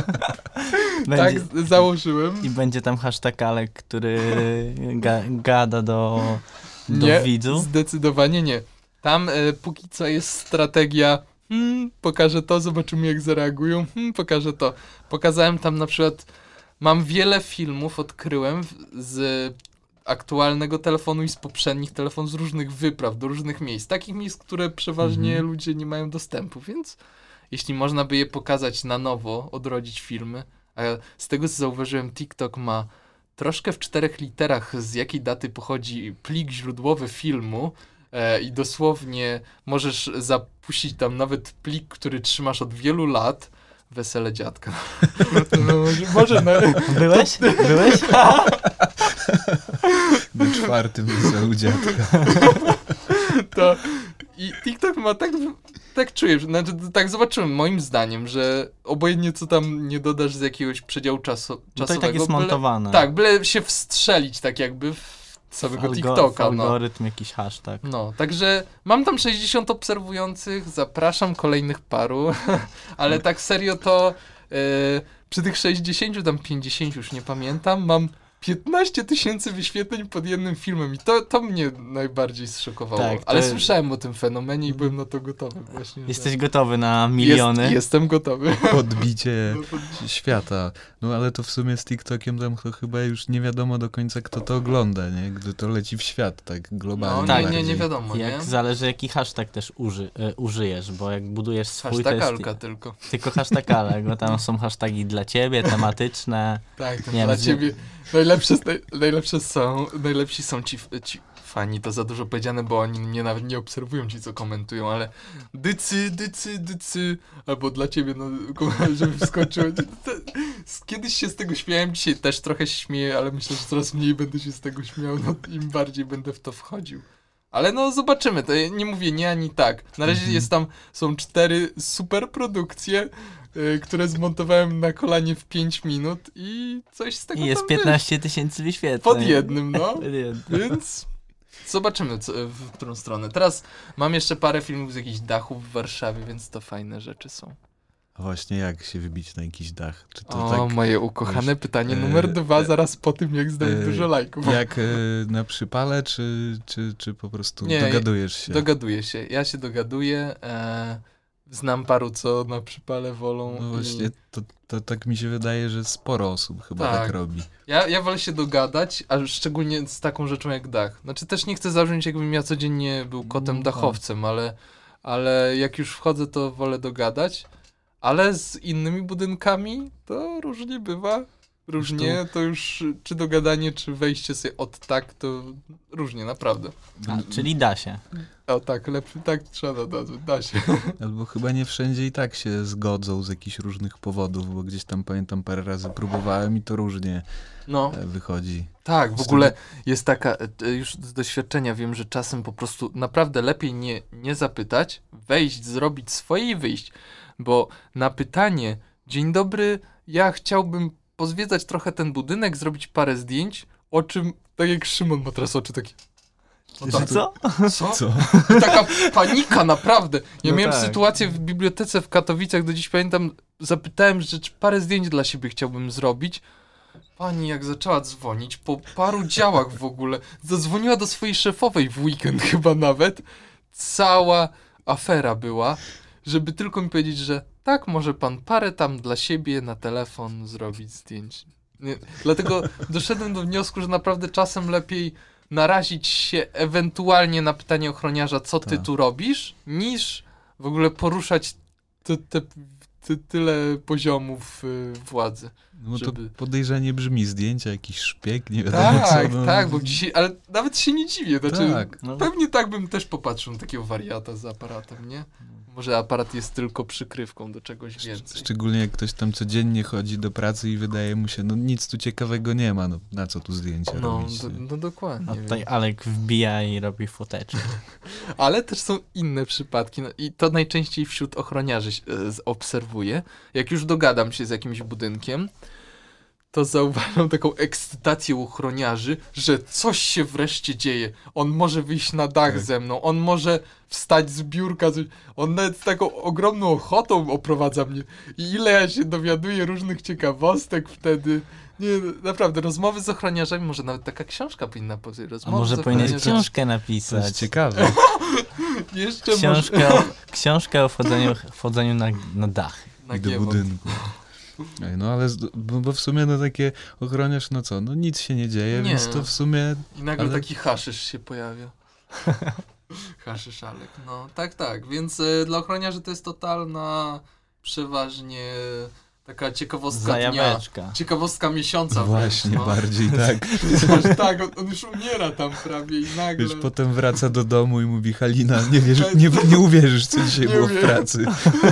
Będzie, Tak, z- założyłem. I będzie tam hashtag Alek, który ga, gada do, do Nie, widzów. zdecydowanie nie. Tam e, póki co jest strategia, hmm, pokażę to, zobaczymy jak zareagują, hmm, pokażę to. Pokazałem tam na przykład, mam wiele filmów, odkryłem w, z aktualnego telefonu i z poprzednich telefonów, z różnych wypraw, do różnych miejsc. Takich miejsc, które przeważnie Mhm. ludzie nie mają dostępu, więc jeśli można by je pokazać na nowo, odrodzić filmy, a z tego co zauważyłem, TikTok ma troszkę w czterech literach, z jakiej daty pochodzi plik źródłowy filmu e, i dosłownie możesz zapuścić tam nawet plik, który trzymasz od wielu lat. Wesele dziadka. No, może, może no, Byłeś? Byłeś? Na czwartym weselu dziadka. to i TikTok ma tak, tak czuję, że- znaczy tak zobaczyłem moim zdaniem, że obojętnie co tam nie dodasz z jakiegoś przedziału czasu, No to czasowego. i tak jest byle- montowane. Tak, byle się wstrzelić tak jakby w samego Algo- TikToka, no. Algorytm, jakiś hashtag. No, także mam tam sześćdziesiąt obserwujących, zapraszam kolejnych paru, ale Mm. tak serio to e, przy tych sześćdziesięciu, tam pięćdziesięciu już nie pamiętam, mam piętnaście tysięcy wyświetleń pod jednym filmem i to, to mnie najbardziej zszokowało. Tak, to Ale jest- słyszałem o tym fenomenie i byłem na to gotowy właśnie. Jesteś że- gotowy na miliony? Jest, jestem gotowy. Podbicie No to- świata. No ale to w sumie z TikTokiem tam to chyba już nie wiadomo do końca, kto to ogląda, nie? Gdy to leci w świat, tak globalnie. No, tak, nie, nie, bardziej. nie wiadomo, Jak nie? zależy jaki hashtag też uży, e, użyjesz, bo jak budujesz swój, to Hashtag jest Alka tylko. tylko hashtag Alek, bo tam są hashtagi dla ciebie, tematyczne. Tak, to Nie, dla z- ciebie najlepsze, naj, najlepsze są, najlepsi są ci, ci fani, to za dużo powiedziane, bo oni mnie nawet nie obserwują, ci co komentują, ale dycy, dycy, dycy, albo dla ciebie, no, żeby wskoczyło. To- Kiedyś się z tego śmiałem, dzisiaj też trochę się śmieję, ale myślę, że coraz mniej będę się z tego śmiał, no, im bardziej będę w to wchodził. Ale no zobaczymy, to ja nie mówię nie ani tak. Na razie Mhm. jest tam, są cztery super produkcje, y, które zmontowałem na kolanie w pięć minut i coś z tego I jest tam wyjdzie. piętnaście tysięcy wyświetleń. Pod jednym, no. Pod jednym. Więc zobaczymy, co, w którą stronę. Teraz mam jeszcze parę filmów z jakichś dachów w Warszawie, więc to fajne rzeczy są. A właśnie jak się wybić na jakiś dach? Czy to O, tak moje ukochane wiesz, pytanie e, numer dwa, e, zaraz po tym, jak zdaj e, dużo lajków. jak e, na przypale, czy, czy, czy po prostu Nie, dogadujesz się? Dogaduję się. Ja się dogaduję. E, znam paru, co na przypale wolą. No i- właśnie, to, to tak mi się wydaje, że sporo osób chyba tak, Tak. robi. Ja, ja wolę się dogadać, a szczególnie z taką rzeczą jak dach. Znaczy też nie chcę zabrzmieć, jakbym ja codziennie był kotem No, dachowcem, ale, ale jak już wchodzę, to wolę dogadać. Ale z innymi budynkami to różnie bywa. Różnie, to już czy dogadanie, czy wejście sobie od tak, to różnie, naprawdę. A, czyli da się. O tak, lepiej tak trzeba nazwać, da się. Albo chyba nie wszędzie i tak się zgodzą z jakichś różnych powodów, bo gdzieś tam pamiętam parę razy próbowałem i to różnie No. e, wychodzi. Tak, w Z ogóle jest taka, e, już z doświadczenia wiem, że czasem po prostu naprawdę lepiej nie, nie zapytać, wejść, zrobić swoje i wyjść. Bo na pytanie, dzień dobry, ja chciałbym pozwiedzać trochę ten budynek, zrobić parę zdjęć, o czym, tak jak Szymon ma teraz oczy takie. No Że tak, Co? co? Co? I taka panika, naprawdę. Ja No miałem tak. sytuację w bibliotece w Katowicach, do dziś pamiętam, zapytałem, że czy parę zdjęć dla siebie chciałbym zrobić. Pani jak zaczęła dzwonić, po paru działach w ogóle, zadzwoniła do swojej szefowej w weekend chyba nawet. Cała afera była, żeby tylko mi powiedzieć, że tak, może pan parę tam dla siebie na telefon zrobić zdjęć. Nie, dlatego doszedłem do wniosku, że naprawdę czasem lepiej narazić się ewentualnie na pytanie ochroniarza, co ty Tak. tu robisz, niż w ogóle poruszać te, te, te, tyle poziomów y, władzy. No to Żeby- podejrzenie brzmi, zdjęcia, jakiś szpieg, nie wiadomo Tak, co. No, tak, bo dzisiaj, ale nawet się nie dziwię, znaczy Tak. No. pewnie tak bym też popatrzył na takiego wariata z aparatem, nie? Może aparat jest tylko przykrywką do czegoś więcej. Szczególnie jak ktoś tam codziennie chodzi do pracy i wydaje mu się, no nic tu ciekawego nie ma, no na co tu zdjęcia No, robić. do, nie? no dokładnie. A tutaj Alek wbija i robi foteczki. Ale też są inne przypadki no, i to najczęściej wśród ochroniarzy się, e, z- obserwuję. Jak już dogadam się z jakimś budynkiem, to zauważam taką ekscytację u ochroniarzy, że coś się wreszcie dzieje. On może wyjść na dach Tak. ze mną, on może wstać z biurka, coś. On nawet z taką ogromną ochotą oprowadza mnie. I ile ja się dowiaduję różnych ciekawostek wtedy. Nie, naprawdę, rozmowy z ochroniarzami, może nawet taka książka powinna powstać. A Rozmowy może z powinieneś ochroniarzami. książkę To napisać. jest ciekawe. Jeszcze może Książkę o, książkę o wchodzeniu, wchodzeniu na, na dach. na I do giewont. budynku. Ej, no ale, z, bo, bo w sumie no takie ochroniarz, no co, no nic się nie dzieje, Nie. więc to w sumie I nagle Ale- taki haszysz się pojawia. Haszyszalek, no tak, tak, więc y, dla ochroniarzy to jest totalna, przeważnie taka ciekawostka dnia. Zajaweczka. Ciekawostka miesiąca właśnie wręcz, no. bardziej tak. Aż tak, on, on już umiera tam prawie i nagle... Wiesz, potem wraca do domu i mówi, Halina, nie, wiesz, nie, nie uwierzysz, co dzisiaj Nie było w uwierzę. pracy.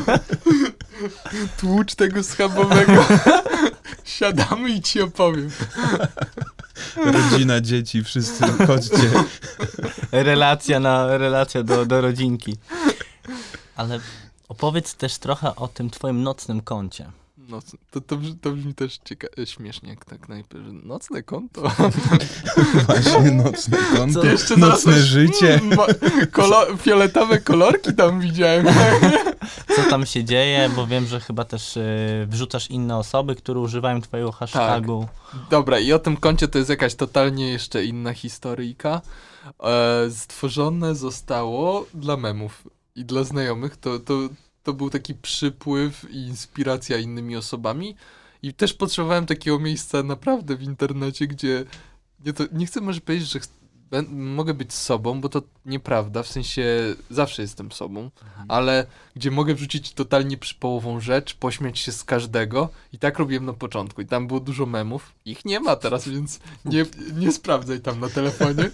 Tłucz tego schabowego. Siadamy i ci opowiem. Rodzina, dzieci, wszyscy, chodźcie. Relacja na relacja do, do rodzinki. Ale opowiedz też trochę o tym twoim nocnym kącie. Noc, to, to, brzmi, to brzmi też cieka- śmiesznie, jak tak najpierw. Nocne konto. Właśnie nocne konto, Co? Jeszcze nocne zaraz- życie. Mm, ma- kolo- fioletowe kolorki tam widziałem. Co tam się dzieje, bo wiem, że chyba też y, wrzucasz inne osoby, które używają twojego hashtagu. Dobra, i o tym koncie to jest jakaś totalnie jeszcze inna historyjka. E, stworzone zostało dla memów i dla znajomych. To, to, to był taki przypływ i inspiracja innymi osobami. I też potrzebowałem takiego miejsca naprawdę w internecie, gdzie nie, to, nie chcę może powiedzieć, że ch- bę- mogę być sobą, bo to nieprawda, w sensie zawsze jestem sobą, ale gdzie mogę wrzucić totalnie przypołową rzecz, pośmiać się z każdego i tak robiłem na początku i tam było dużo memów, ich nie ma teraz, więc nie, nie sprawdzaj tam na telefonie,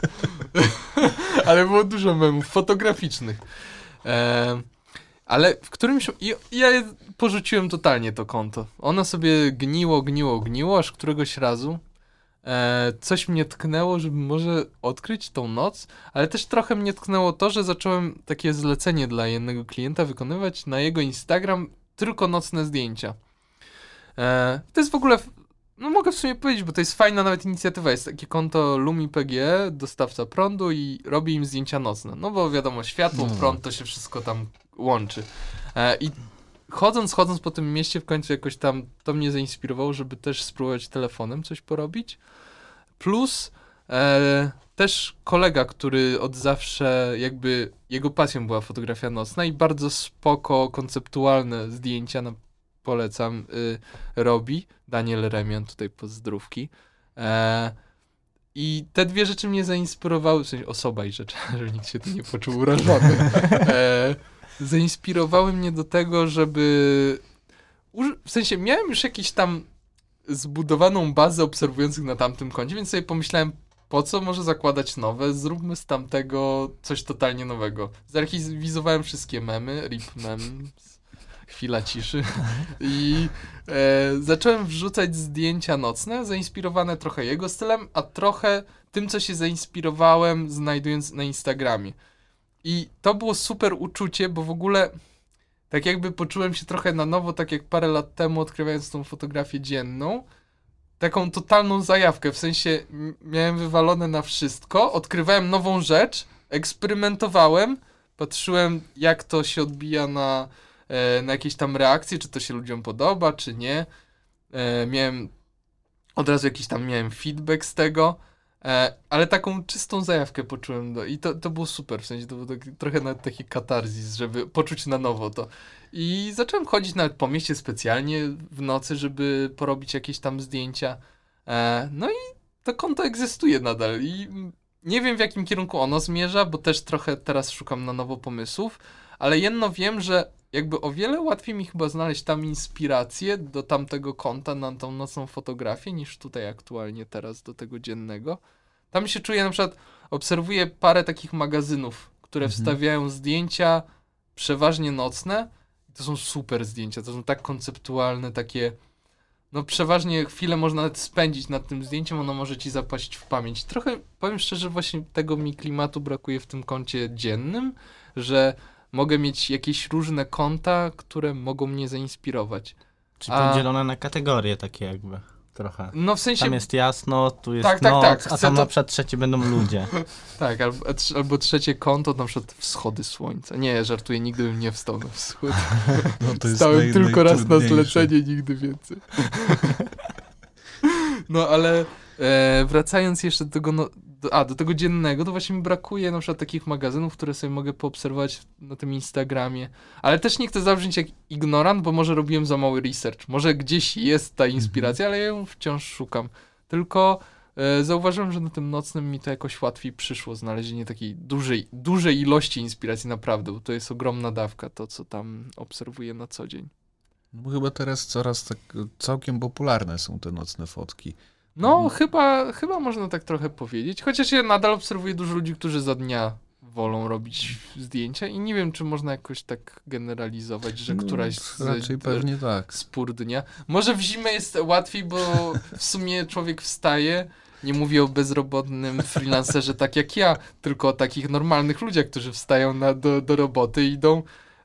ale było dużo memów fotograficznych. Em, ale w którymś... i- Ja je porzuciłem totalnie to konto. Ono sobie gniło, gniło, gniło, aż któregoś razu e, coś mnie tknęło, żeby może odkryć tą noc, ale też trochę mnie tknęło to, że zacząłem takie zlecenie dla jednego klienta wykonywać na jego Instagram tylko nocne zdjęcia. E, to jest w ogóle... No mogę w sumie powiedzieć, bo to jest fajna nawet inicjatywa. Jest takie konto LumiPGE, dostawca prądu i robi im zdjęcia nocne. No bo wiadomo, światło, No. prąd, to się wszystko tam łączy. E, I chodząc, chodząc po tym mieście w końcu jakoś tam to mnie zainspirowało, żeby też spróbować telefonem coś porobić. Plus e, też kolega, który od zawsze jakby jego pasją była fotografia nocna i bardzo spoko, konceptualne zdjęcia, na, polecam, y, robi. Daniel Remian, tutaj pozdrówki. E, I te dwie rzeczy mnie zainspirowały, w sensie osoba i rzecz, żeby nikt się tu nie poczuł urażony. E, zainspirowały mnie do tego, żeby... uż- W sensie miałem już jakieś tam zbudowaną bazę obserwujących na tamtym koncie, więc sobie pomyślałem, po co może zakładać nowe? Zróbmy z tamtego coś totalnie nowego. Zarchizowałem wszystkie memy, rip mem, chwila ciszy i e, zacząłem wrzucać zdjęcia nocne, zainspirowane trochę jego stylem, a trochę tym, co się zainspirowałem znajdując na Instagramie. I to było super uczucie, bo w ogóle tak jakby poczułem się trochę na nowo, tak jak parę lat temu odkrywając tą fotografię dzienną, taką totalną zajawkę, w sensie m- miałem wywalone na wszystko, odkrywałem nową rzecz, eksperymentowałem, patrzyłem jak to się odbija na, e, na jakieś tam reakcje, czy to się ludziom podoba, czy nie. E, miałem od razu jakiś tam miałem feedback z tego, e, ale taką czystą zajawkę poczułem do, i to, to było super, w sensie to był taki, trochę nawet taki katarzis, żeby poczuć na nowo to. I zacząłem chodzić nawet po mieście specjalnie w nocy, żeby porobić jakieś tam zdjęcia. E, no i to konto egzystuje nadal i mm, nie wiem w jakim kierunku ono zmierza, bo też trochę teraz szukam na nowo pomysłów, ale jedno wiem, że jakby o wiele łatwiej mi chyba znaleźć tam inspirację do tamtego konta na tą nocną fotografię niż tutaj aktualnie teraz do tego dziennego. Tam się czuję na przykład, obserwuję parę takich magazynów, które Mhm. wstawiają zdjęcia przeważnie nocne. To są super zdjęcia, to są tak konceptualne, takie... No przeważnie chwilę można nawet spędzić nad tym zdjęciem, ono może ci zapaść w pamięć. Trochę, powiem szczerze, właśnie tego mi klimatu brakuje w tym koncie dziennym, że mogę mieć jakieś różne konta, które mogą mnie zainspirować. Czyli A- podzielone na kategorie takie jakby, trochę. No w sensie... Tam jest jasno, tu jest Tak, tak, noc, tak, a chcę tam to- na przykład trzecie będą ludzie. Tak, albo, albo trzecie konto, na przykład wschody słońca. Nie, żartuję, nigdy bym nie wstał na wschód. No to jest Wstałem naj- tylko raz na najtrudniejsze. zlecenie, nigdy więcej. No ale e, wracając jeszcze do tego, no, do, a, do tego dziennego, to właśnie mi brakuje na przykład takich magazynów, które sobie mogę poobserwować na tym Instagramie. Ale też nie chcę zabrzmieć jak ignorant, bo może robiłem za mały research. Może gdzieś jest ta inspiracja, ale ja ją wciąż szukam. Tylko e, zauważyłem, że na tym nocnym mi to jakoś łatwiej przyszło znalezienie takiej dużej, dużej ilości inspiracji naprawdę, bo to jest ogromna dawka, to co tam obserwuję na co dzień. No bo chyba teraz coraz tak całkiem popularne są te nocne fotki. No, Mhm. chyba, chyba można tak trochę powiedzieć. Chociaż ja nadal obserwuję dużo ludzi, którzy za dnia wolą robić zdjęcia i nie wiem, czy można jakoś tak generalizować, że No, któraś z, Raczej pewnie tak. spór dnia. Może w zimę jest łatwiej, bo w sumie człowiek wstaje. Nie mówię o bezrobotnym freelancerze tak jak ja, tylko o takich normalnych ludziach, którzy wstają na, do, do roboty i idą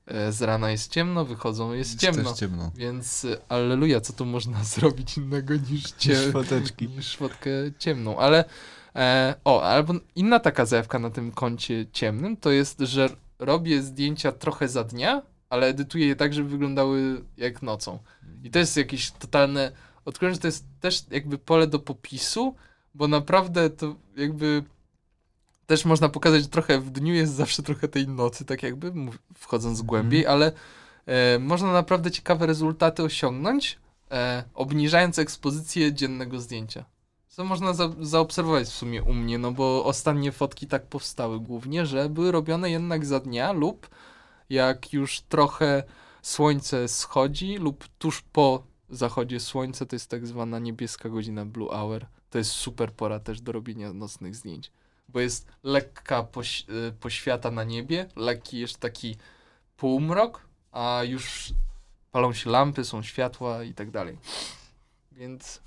E, z rana jest ciemno, wychodzą, jest ciemno. Też ciemno. Więc y, alleluja, co tu można zrobić innego niż, cie, Foteczki. niż fotkę ciemną. Ale e, o, albo inna taka zajawka na tym koncie ciemnym to jest, że robię zdjęcia trochę za dnia, ale edytuję je tak, żeby wyglądały jak nocą. I to jest jakieś totalne... Odkryłem, że to jest też jakby pole do popisu, bo naprawdę to jakby też można pokazać, że trochę w dniu jest zawsze trochę tej nocy, tak jakby, mów- wchodząc głębiej, ale e, można naprawdę ciekawe rezultaty osiągnąć, e, obniżając ekspozycję dziennego zdjęcia. Co można za- zaobserwować w sumie u mnie, no bo ostatnie fotki tak powstały głównie, że były robione jednak za dnia lub jak już trochę słońce schodzi lub tuż po zachodzie słońca, to jest tak zwana niebieska godzina blue hour. To jest super pora też do robienia nocnych zdjęć, bo jest lekka poś- y, poświata na niebie, lekki jeszcze taki półmrok, a już palą się lampy, są światła i tak dalej. Więc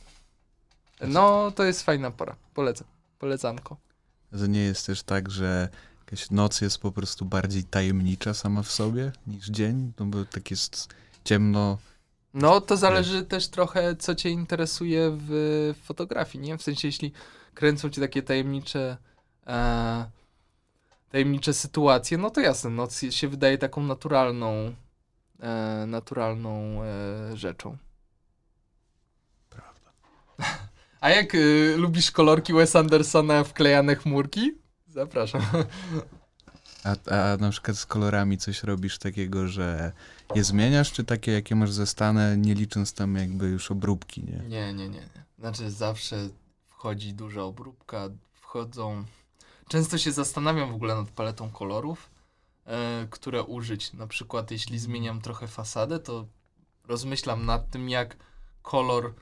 no, to jest fajna pora. Polecam. Polecanko. To nie jest też tak, że jakaś noc jest po prostu bardziej tajemnicza sama w sobie niż dzień? No bo tak jest ciemno. No, to zależy też trochę, co cię interesuje w fotografii, nie? W sensie, jeśli kręcą cię takie tajemnicze e, tajemnicze sytuacje, no to jasne, noc się wydaje taką naturalną e, naturalną e, rzeczą. Prawda. A jak y, lubisz kolorki Wes Andersona wklejane chmurki? Zapraszam. A, a na przykład z kolorami coś robisz takiego, że je zmieniasz, czy takie, jakie masz zastane, nie licząc tam jakby już obróbki, nie? Nie, nie, nie, nie. Znaczy zawsze wchodzi duża obróbka, wchodzą... Często się zastanawiam w ogóle nad paletą kolorów, e, które użyć. Na przykład jeśli zmieniam trochę fasadę, to rozmyślam nad tym, jak kolor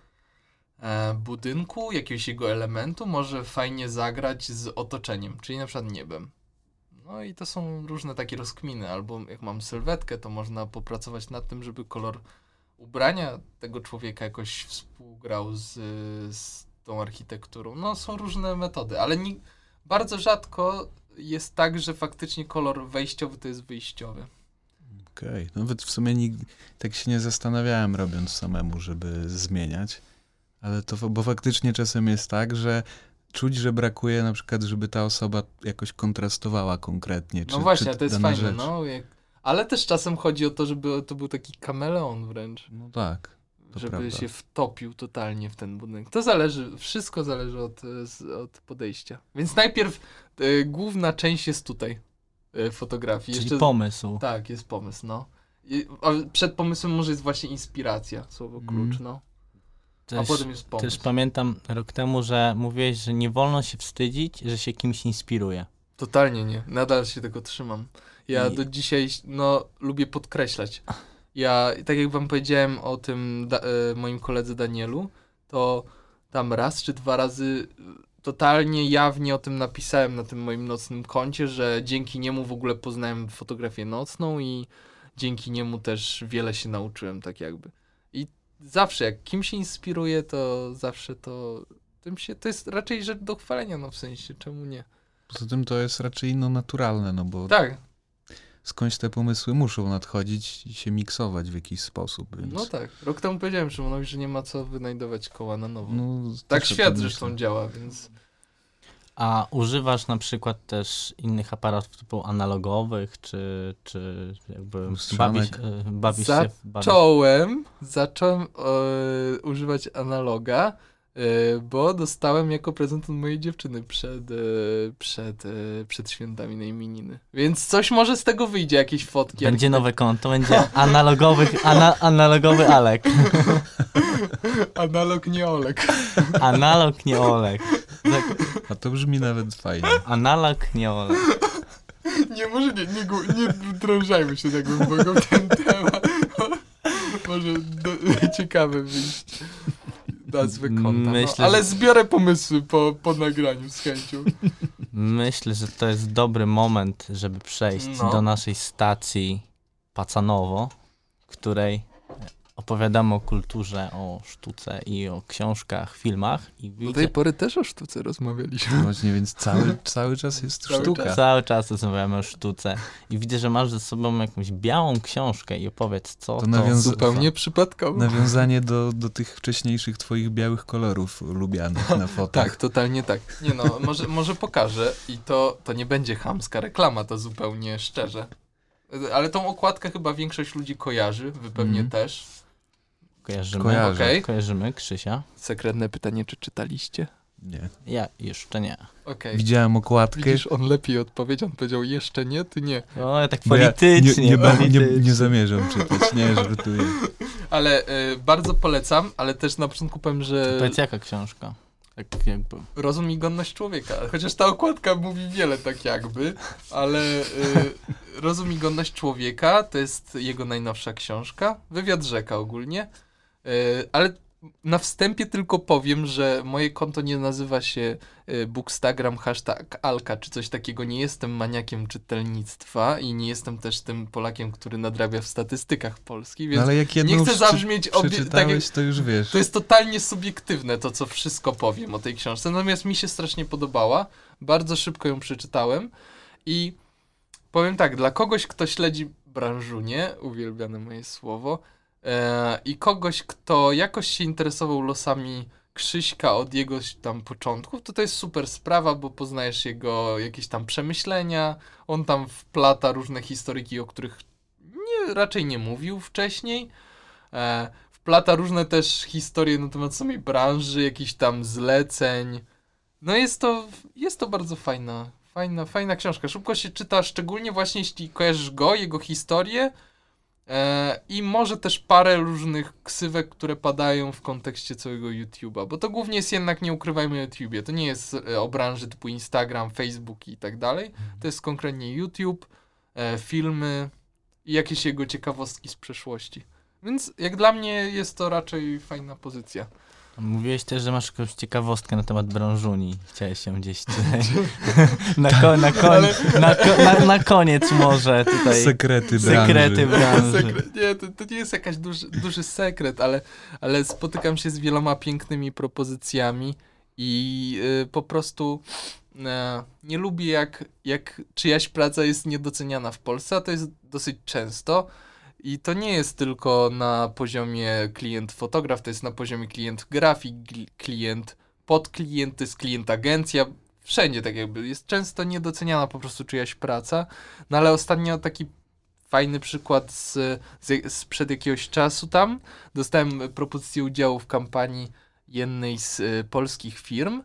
e, budynku, jakiegoś jego elementu może fajnie zagrać z otoczeniem, czyli na przykład niebem. No i to są różne takie rozkminy, albo jak mam sylwetkę, to można popracować nad tym, żeby kolor ubrania tego człowieka jakoś współgrał z, z tą architekturą. No są różne metody, ale nie, bardzo rzadko jest tak, że faktycznie kolor wejściowy to jest wyjściowy. Okej, okay. Nawet w sumie nigdy, tak się nie zastanawiałem robiąc samemu, żeby zmieniać, ale to, bo faktycznie czasem jest tak, że czuć, że brakuje na przykład, żeby ta osoba jakoś kontrastowała konkretnie. Czy, No właśnie, czy to jest dana fajne, rzecz. no. Jak, ale też czasem chodzi o to, żeby to był taki kameleon wręcz. No tak, to żeby prawda. się wtopił totalnie w ten budynek. To zależy, wszystko zależy od, z, od podejścia. Więc najpierw y, główna część jest tutaj y, fotografii. Czyli Jeszcze, pomysł. Tak, jest pomysł, no. I, a przed pomysłem może jest właśnie inspiracja, słowo klucz, Mm. no. A Też, potem jest pomysł. też pamiętam rok temu, że mówiłeś, że nie wolno się wstydzić, że się kimś inspiruje. Totalnie nie. Nadal się tego trzymam. Ja I- do dzisiaj, no, lubię podkreślać. Ja, tak jak wam powiedziałem o tym da, e, moim koledze Danielu, to tam raz czy dwa razy e, totalnie jawnie o tym napisałem na tym moim nocnym koncie, że dzięki niemu w ogóle poznałem fotografię nocną i dzięki niemu też wiele się nauczyłem, tak jakby. I zawsze, jak kim się inspiruje, to zawsze to, tym się, to jest raczej rzecz do chwalenia, no w sensie, czemu nie? Poza tym to jest raczej no, naturalne, no bo Tak, skądś te pomysły muszą nadchodzić i się miksować w jakiś sposób, więc... no tak. Rok temu powiedziałem Szymonowi, że nie ma co wynajdować koła na nowo. No, Tak też o świat tym zresztą myślę. działa, więc... A używasz na przykład też innych aparatów typu analogowych, czy, czy jakby Lustrzanek. bawisz, e, bawisz się... Bawisz... Zacząłem, zacząłem e, używać analoga, e, bo dostałem jako prezent od mojej dziewczyny przed, e, przed, e, przed świętami na imieniny. Więc coś może z tego wyjdzie, jakieś fotki. Będzie architek- nowe konto, będzie analogowych, ana, analogowy Alek. Analog, nie Olek. Analog, nie Olek. A to brzmi nawet fajnie. Analog, nie Olek. Nie, może nie, nie, gu- nie drążajmy się tak głęboko w ten temat. Może do, ciekawe wyjść nazwy konta. Myślę, no. Ale że- zbiorę pomysły po, po nagraniu z chęcią. Myślę, że to jest dobry moment, żeby przejść No. do naszej stacji Pacanowo, w której opowiadamy o kulturze, o sztuce i o książkach, filmach. I Do widzę, tej pory też o sztuce rozmawialiśmy. Właśnie, więc cały, cały czas jest Cały sztuka. czas. cały czas rozmawiamy o sztuce. I widzę, że masz ze sobą jakąś białą książkę i opowiedz, co To to, nawiąza- Zupełnie przypadkowo. Nawiązanie do, do tych wcześniejszych twoich białych kolorów lubianych na fotach. Tak, totalnie tak. Nie no, może, może pokażę i to, to nie będzie chamska reklama, to zupełnie szczerze. Ale tą okładkę chyba większość ludzi kojarzy, wy pewnie Mhm. też. kojarzymy. Kojarzę. Okej. Kojarzymy, Krzysia. Sekretne pytanie, czy czytaliście? Nie. Ja jeszcze nie. Okej. Widziałem okładkę. Widzisz, on lepiej odpowiedział, on powiedział jeszcze nie, ty nie. O, tak bo ja politycznie. nie, nie, ba- nie, politycznie. nie zamierzam czytać, nie, żartuję. Ale y, bardzo polecam, ale też na początku powiem, że Powiedz, jaka książka? Tak jakby. rozum i godność człowieka. Chociaż ta okładka mówi wiele tak jakby, ale y, rozum i godność człowieka to jest jego najnowsza książka. Wywiad rzeka ogólnie. Y, ale na wstępie tylko powiem, że moje konto nie nazywa się y, Bookstagram hashtag Alka czy coś takiego. Nie jestem maniakiem czytelnictwa i nie jestem też tym Polakiem, który nadrabia w statystykach Polski, No, więc ale jak jedną nie chcę już zabrzmieć obie- przeczytałeś, tak jak- to już wiesz. to jest totalnie subiektywne to, co wszystko powiem o tej książce. Natomiast mi się strasznie podobała. Bardzo szybko ją przeczytałem. I powiem tak, dla kogoś, kto śledzi branżunię, uwielbiane moje słowo, e, i kogoś, kto jakoś się interesował losami Krzyśka od jego tam początków, to to jest super sprawa, bo poznajesz jego jakieś tam przemyślenia. On tam wplata różne historyki, o których nie, raczej nie mówił wcześniej. E, wplata różne też historie na temat samej branży, jakichś tam zleceń. No jest to, jest to bardzo fajna, fajna, fajna książka. Szybko się czyta, szczególnie właśnie jeśli kojarzysz go, jego historię e, i może też parę różnych ksywek, które padają w kontekście całego YouTube'a, bo to głównie jest jednak, nie ukrywajmy, YouTubie. To nie jest e, o branży typu Instagram, Facebook i tak dalej. To jest konkretnie YouTube, e, filmy i jakieś jego ciekawostki z przeszłości. Więc jak dla mnie jest to raczej fajna pozycja. Mówiłeś też, że masz jakąś ciekawostkę na temat branżuni. Chciałeś się gdzieś tutaj... na, ko- na, koń- na, ko- na, na koniec może tutaj... Sekrety branży. Sekrety branży. Sekret, nie, to, to nie jest jakiś duży, duży sekret, ale, ale spotykam się z wieloma pięknymi propozycjami i y, po prostu y, nie lubię jak, jak czyjaś praca jest niedoceniana w Polsce, a to jest dosyć często. I to nie jest tylko na poziomie klient-fotograf, to jest na poziomie klient-grafik, gl- klient podklient, to jest klient-agencja. Wszędzie tak jakby. Jest często niedoceniana po prostu czyjaś praca. No ale ostatnio taki fajny przykład z, z, sprzed jakiegoś czasu tam. Dostałem propozycję udziału w kampanii jednej z y, polskich firm.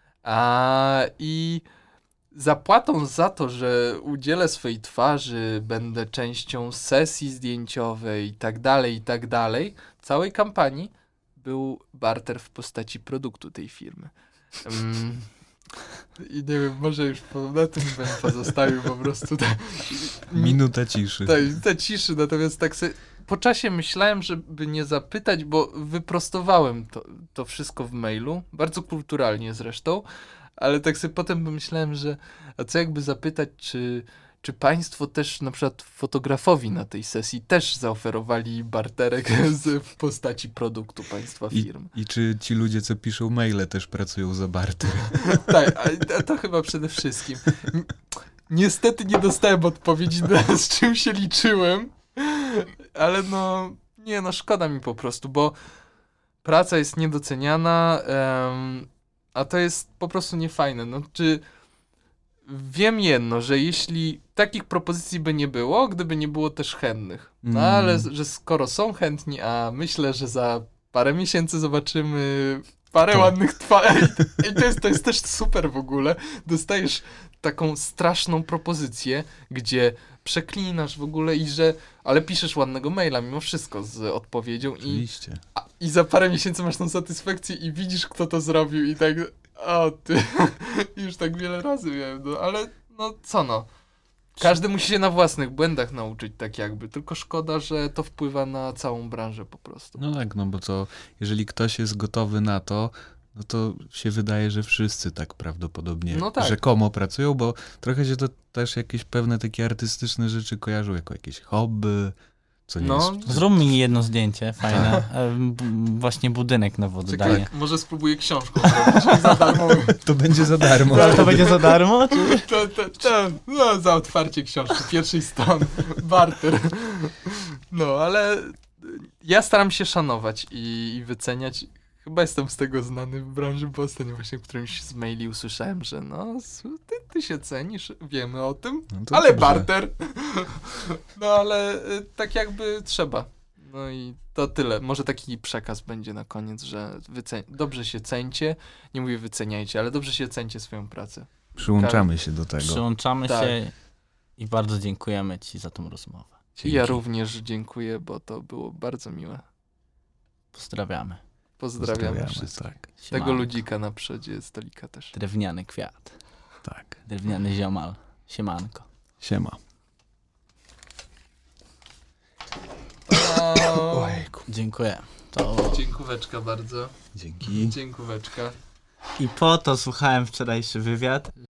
A, I zapłatą za to, że udzielę swojej twarzy, będę częścią sesji zdjęciowej i tak dalej, i tak dalej, całej kampanii był barter w postaci produktu tej firmy. Um, I nie wiem, może już po, na tym bym pozostawił po prostu te, Minuta ciszy. te, te ciszy, natomiast tak sobie po czasie myślałem, żeby nie zapytać, bo wyprostowałem to, to wszystko w mailu, bardzo kulturalnie zresztą, ale tak sobie potem pomyślałem, że a co jakby zapytać, czy, czy państwo też na przykład fotografowi na tej sesji też zaoferowali barterek z, w postaci produktu państwa I, firm. I czy ci ludzie, co piszą maile, też pracują za barter? Tak, a, a to chyba przede wszystkim. N- Niestety nie dostałem odpowiedzi, na, z czym się liczyłem, ale no, nie no, szkoda mi po prostu, bo praca jest niedoceniana, em, a to jest po prostu niefajne. No, czy wiem jedno, że jeśli takich propozycji by nie było, gdyby nie było też chętnych. No Mm. ale z- że skoro są chętni, a myślę, że za parę miesięcy zobaczymy parę To. ładnych twarzy. I to jest, to jest też super w ogóle. Dostajesz taką straszną propozycję, gdzie przeklinasz w ogóle i że, ale piszesz ładnego maila mimo wszystko z odpowiedzią i, Oczywiście. a, i za parę miesięcy masz tą satysfakcję i widzisz, kto to zrobił i tak, o ty, już tak wiele razy miałem, no ale no co no. Każdy musi się na własnych błędach nauczyć tak jakby, tylko szkoda, że to wpływa na całą branżę po prostu. No tak, no bo to, jeżeli ktoś jest gotowy na to, no to się wydaje, że wszyscy tak prawdopodobnie No tak. rzekomo pracują, bo trochę się to też jakieś pewne takie artystyczne rzeczy kojarzą jako jakieś hobby, Co nie No, jest... Zrób mi jedno zdjęcie, fajne. E, b- właśnie budynek nowo dodaję. czekaj, może spróbuję książką zrobić za darmo. To będzie za darmo. Ale to będzie za darmo? Czy... To, to, to, no, za otwarcie książki, pierwszej strony, barter. No, ale ja staram się szanować i, i wyceniać. Chyba jestem z tego znany w branży, bo ostatnio właśnie w którymś z maili usłyszałem, że no, ty, ty się cenisz, wiemy o tym, No to ale dobrze. barter. No, ale y, tak jakby trzeba. No i to tyle. Może taki przekaz będzie na koniec, że wyce- dobrze się ceńcie, nie mówię wyceniajcie, ale dobrze się ceńcie swoją pracę. Przyłączamy się do tego. Przyłączamy Tak. się i bardzo dziękujemy ci za tą rozmowę. I ja również dziękuję, bo to było bardzo miłe. Pozdrawiamy. Pozdrawiamy, Pozdrawiamy, wszystkich. tak. Tego Siemanko. ludzika na przodzie stolika też. Drewniany kwiat. Tak. Drewniany ziomal. Siemanko. Siema. Ojku. Dziękuję. To... Dziękóweczka bardzo. Dzięki. Dziękóweczka. I po to słuchałem wczorajszy wywiad,